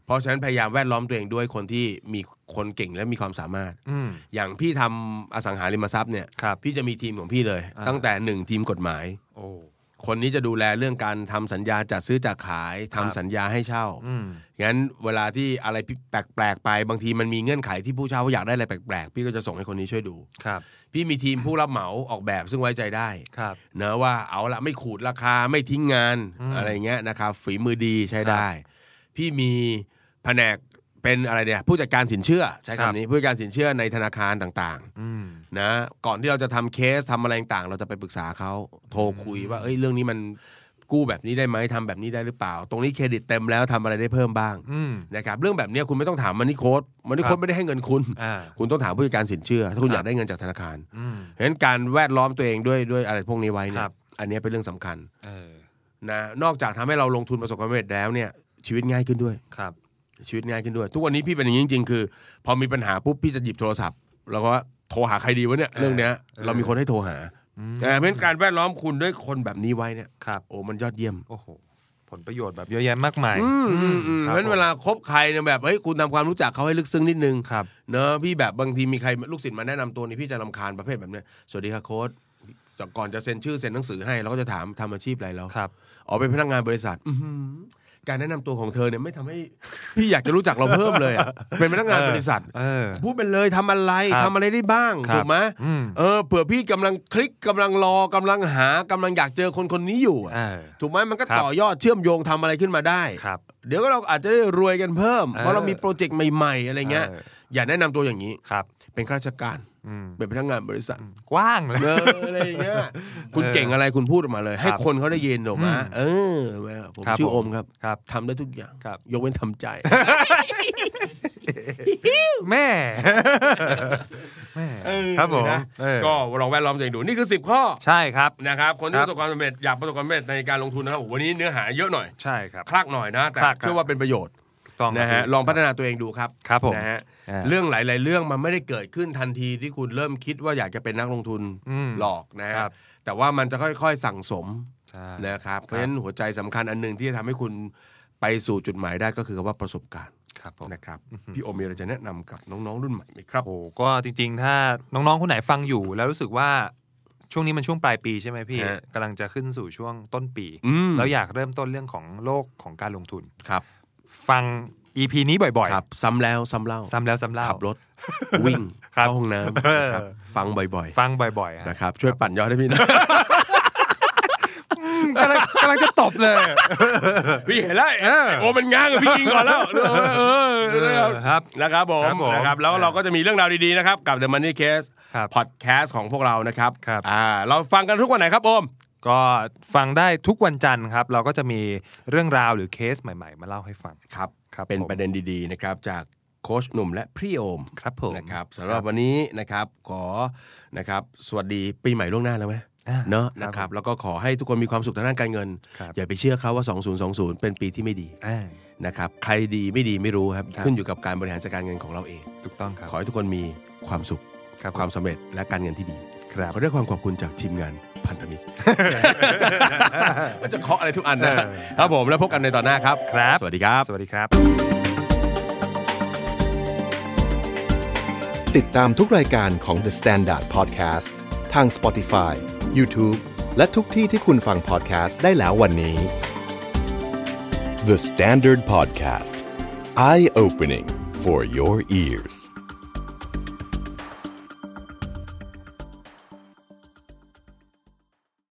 S3: เพราะฉะนั้นพยายามแวดล้อมตัวเองด้วยคนที่มีคนเก่งและมีความสามารถอย่างพี่ทำอสังหาริมทรัพย์เนี่ยพี่จะมีทีมของพี่เลยตั้งแต่1ทีมกฎหมายคนนี้จะดูแลเรื่องการทำสัญญาจัดซื้อจัดขายทำสัญญาให้เช่างั้นเวลาที่อะไรแปลกๆไปบางทีมันมีเงื่อนไขที่ผู้เช่าอยากได้อะไรแปลกๆพี่ก็จะส่งให้คนนี้ช่วยดูพี่มีทีมผู้รับเหมาออกแบบซึ่งไว้ใจได้เนะว่าเอาละไม่ขูดราคาไม่ทิ้งงานอะไรเงี้ยนะครับฝีมือดีใช้ได้พี่มีแผนกเป็นอะไรเนี่ยผู้จัดการสินเชื่อใช้คำนี้ผู้จัดการสินเชื่อในธนาคารต่างๆนะก่อนที่เราจะทำเคสทำอะไรต่างเราจะไปปรึกษาเขาโทรคุยว่าเรื่องนี้มันกู้แบบนี้ได้ไหมทำแบบนี้ได้หรือเปล่าตรงนี้เครดิตเต็มแล้วทำอะไรได้เพิ่มบ้างนะครับเรื่องแบบนี้คุณไม่ต้องถามมันนี่โค้ดไม่ได้ให้เงินคุณต้องถามผู้จัดการสินเชื่อถ้าคุณอยากได้เงินจากธนาคารเพราะฉะนั้นการแวดล้อมตัวเองด้วยอะไรพวกนี้ไว้เนี่ยอันนี้เป็นเรื่องสำคัญนะนอกจากทำให้เราลงทุนประสบความสำเร็จแล้วเนี่ยชีวิตง่ายขึ้นด้วยชีวิตง่ายขึ้นด้วยทุกวันนี้พี่เป็นอย่างนี้จริงๆคือพอมีปัญหาปุ๊บพี่จะหยิบโทรศัพท์แล้วก็โทรหาใครดีวะเนี่ยเรื่องเนี้ยเรามีคนให้โทรหาเพราะฉะนั้นการแวดล้อมคุณด้วยคนแบบนี้ไว้เนี่ยโอ้มันยอดเยี่ยม
S2: โอ้โหผลประโยชน์แบบเยอะแยะมากมาย
S3: เพราะฉะนั้นเวลาคบใครเนี่ยแบบคุณทำความรู้จักเขาให้ลึกซึ้งนิดนึงเนอะพี่แบบบางทีมีใครลูกศิษย์มาแนะนำตัวนี่พี่จะรำคาญประเภทแบบเนี้ยสวัสดีครับโค้ชก่อนจะเซ็นชื่อเซ็นหนังสือให้เราก็จะถามทำอาชีพอะไรแล้วเป็นพนักงานบริษัทการแนะนำตัวของเธอเนี่ยไม่ทำให้พี่อยากจะรู้จักเราเพิ่มเลยอ่ะเป็นพนักงานบริษัทพูดไปเลยทำอะไรได้บ้างถูกไหมเผื่อพี่กำลังคลิกกำลังรอกำลังหากำลังอยากเจอคนนี้อยู่ถูกไหมมันก็ต่อยอดเชื่อมโยงทำอะไรขึ้นมาได้เดี๋ยวก็เราอาจจะได้รวยกันเพิ่มเพราะเรามีโปรเจกต์ใหม่ๆอะไรเงี้ยอย่าแนะนำตัวอย่างนี้เป็นข้าราชการเป็นพนักงานบริษัท
S2: กว้างเลย
S3: อะไรอย่างเงี้ยคุณเก่งอะไรคุณพูดออกมาเลยให้คนเขาได้ยินถูกไหมผมชื่อโอมครับทำได้ทุกอย่างยกเว้นทำใจ
S2: แม่ครับผม
S3: ก็ลองแวดล้อมตัวเองดูนี่คือ10ข้อ
S2: ใช่ครับ
S3: นะครับคนที่ประสบความสำเร็จอยากประสบความสำเร็จในการลงทุนนะครับวันนี้เนื้อหาเยอะหน่อย
S2: ใช่ครับ
S3: คลากหน่อยนะแต่เชื่อว่าเป็นประโยชน์นะฮะลองพัฒนาตัวเองดูครับนะฮะเรื่องหลายๆเรื่องมันไม่ได้เกิดขึ้นทันทีที่คุณเริ่มคิดว่าอยากจะเป็นนักลงทุนหลอกนะฮะแต่ว่ามันจะค่อยๆสั่งสมนะครับเพราะฉะนั้นหัวใจสำคัญอันนึงที่จะทำให้คุณไปสู่จุดหมายได้ก็คือว่าประสบการณ์นะครับพี่โอมีอะไรจะแนะนำกับน้องๆรุ่นใหม่ไหมครับ
S2: โอ้ก็จริงๆถ้าน้องๆคนไหนฟังอยู่แล้วรู้สึกว่าช่วงนี้มันช่วงปลายปีใช่ไหมพี่กำลังจะขึ้นสู่ช่วงต้นปีแล้วอยากเริ่มต้นเรื่องของโลกของการลงทุน
S3: ครับ
S2: ฟัง EP นี้บ่อยๆ
S3: ครับซ้ำแล้วซ้ำเล่าขับรถวิ่งเข้าห้องน้ำฟังบ่อยๆนะครับช่วยปั่นยอดให้พี่นะ
S2: กำลังจะตบเลย
S3: พี่เห็นแล้วโอ้มันง้างกับพี่ยิงก่อนแล้ว
S2: ครับ
S3: นะครับผมนะครับแล้วเราก็จะมีเรื่องราวดีๆนะครับกับ The Money Case Podcast ของพวกเรานะครับเราฟังกันทุกวันไหนครับโอม
S2: ก็ฟังได้ทุกวันจันทร์ครับเราก็จะมีเรื่องราวหรือเคสใหม่ๆมาเล่าให้ฟัง
S3: ครับเป็นประเด็นดีๆนะครับจากโค้ชหนุ่มและพี่โอม
S2: ครับผม
S3: นะครับสำหรับวันนี้นะครับขอนะครับสวัสดีปีใหม่ล่วงหน้าแล้วไหมเนาะนะครับแล้วก็ขอให้ทุกคนมีความสุขทางด้านการเงินอย่าไปเชื่อเขาว่า2020เป็นปีที่ไม่ดีนะครับใครดีไม่ดีไม่รู้ครับขึ้นอยู่กับการบริหารจัดการเงินของเราเอง
S2: ถูกต้องครับ
S3: ขอให้ทุกคนมีความสุขความสำเร็จและการเงินที่ดีขอด้วยความขอบคุณจากทีมงานพันธมิตรจะเคาะอะไรทุกอันนะครับผมแล้วพบกันในตอนหน้าครับสวัสดีครับ
S2: สวัสดีครับ
S1: ติดตามทุกรายการของ The Standard Podcast ทาง Spotify, YouTube และทุกที่ที่คุณฟัง podcast ได้แล้ววันนี้ The Standard Podcast Eye Opening for your ears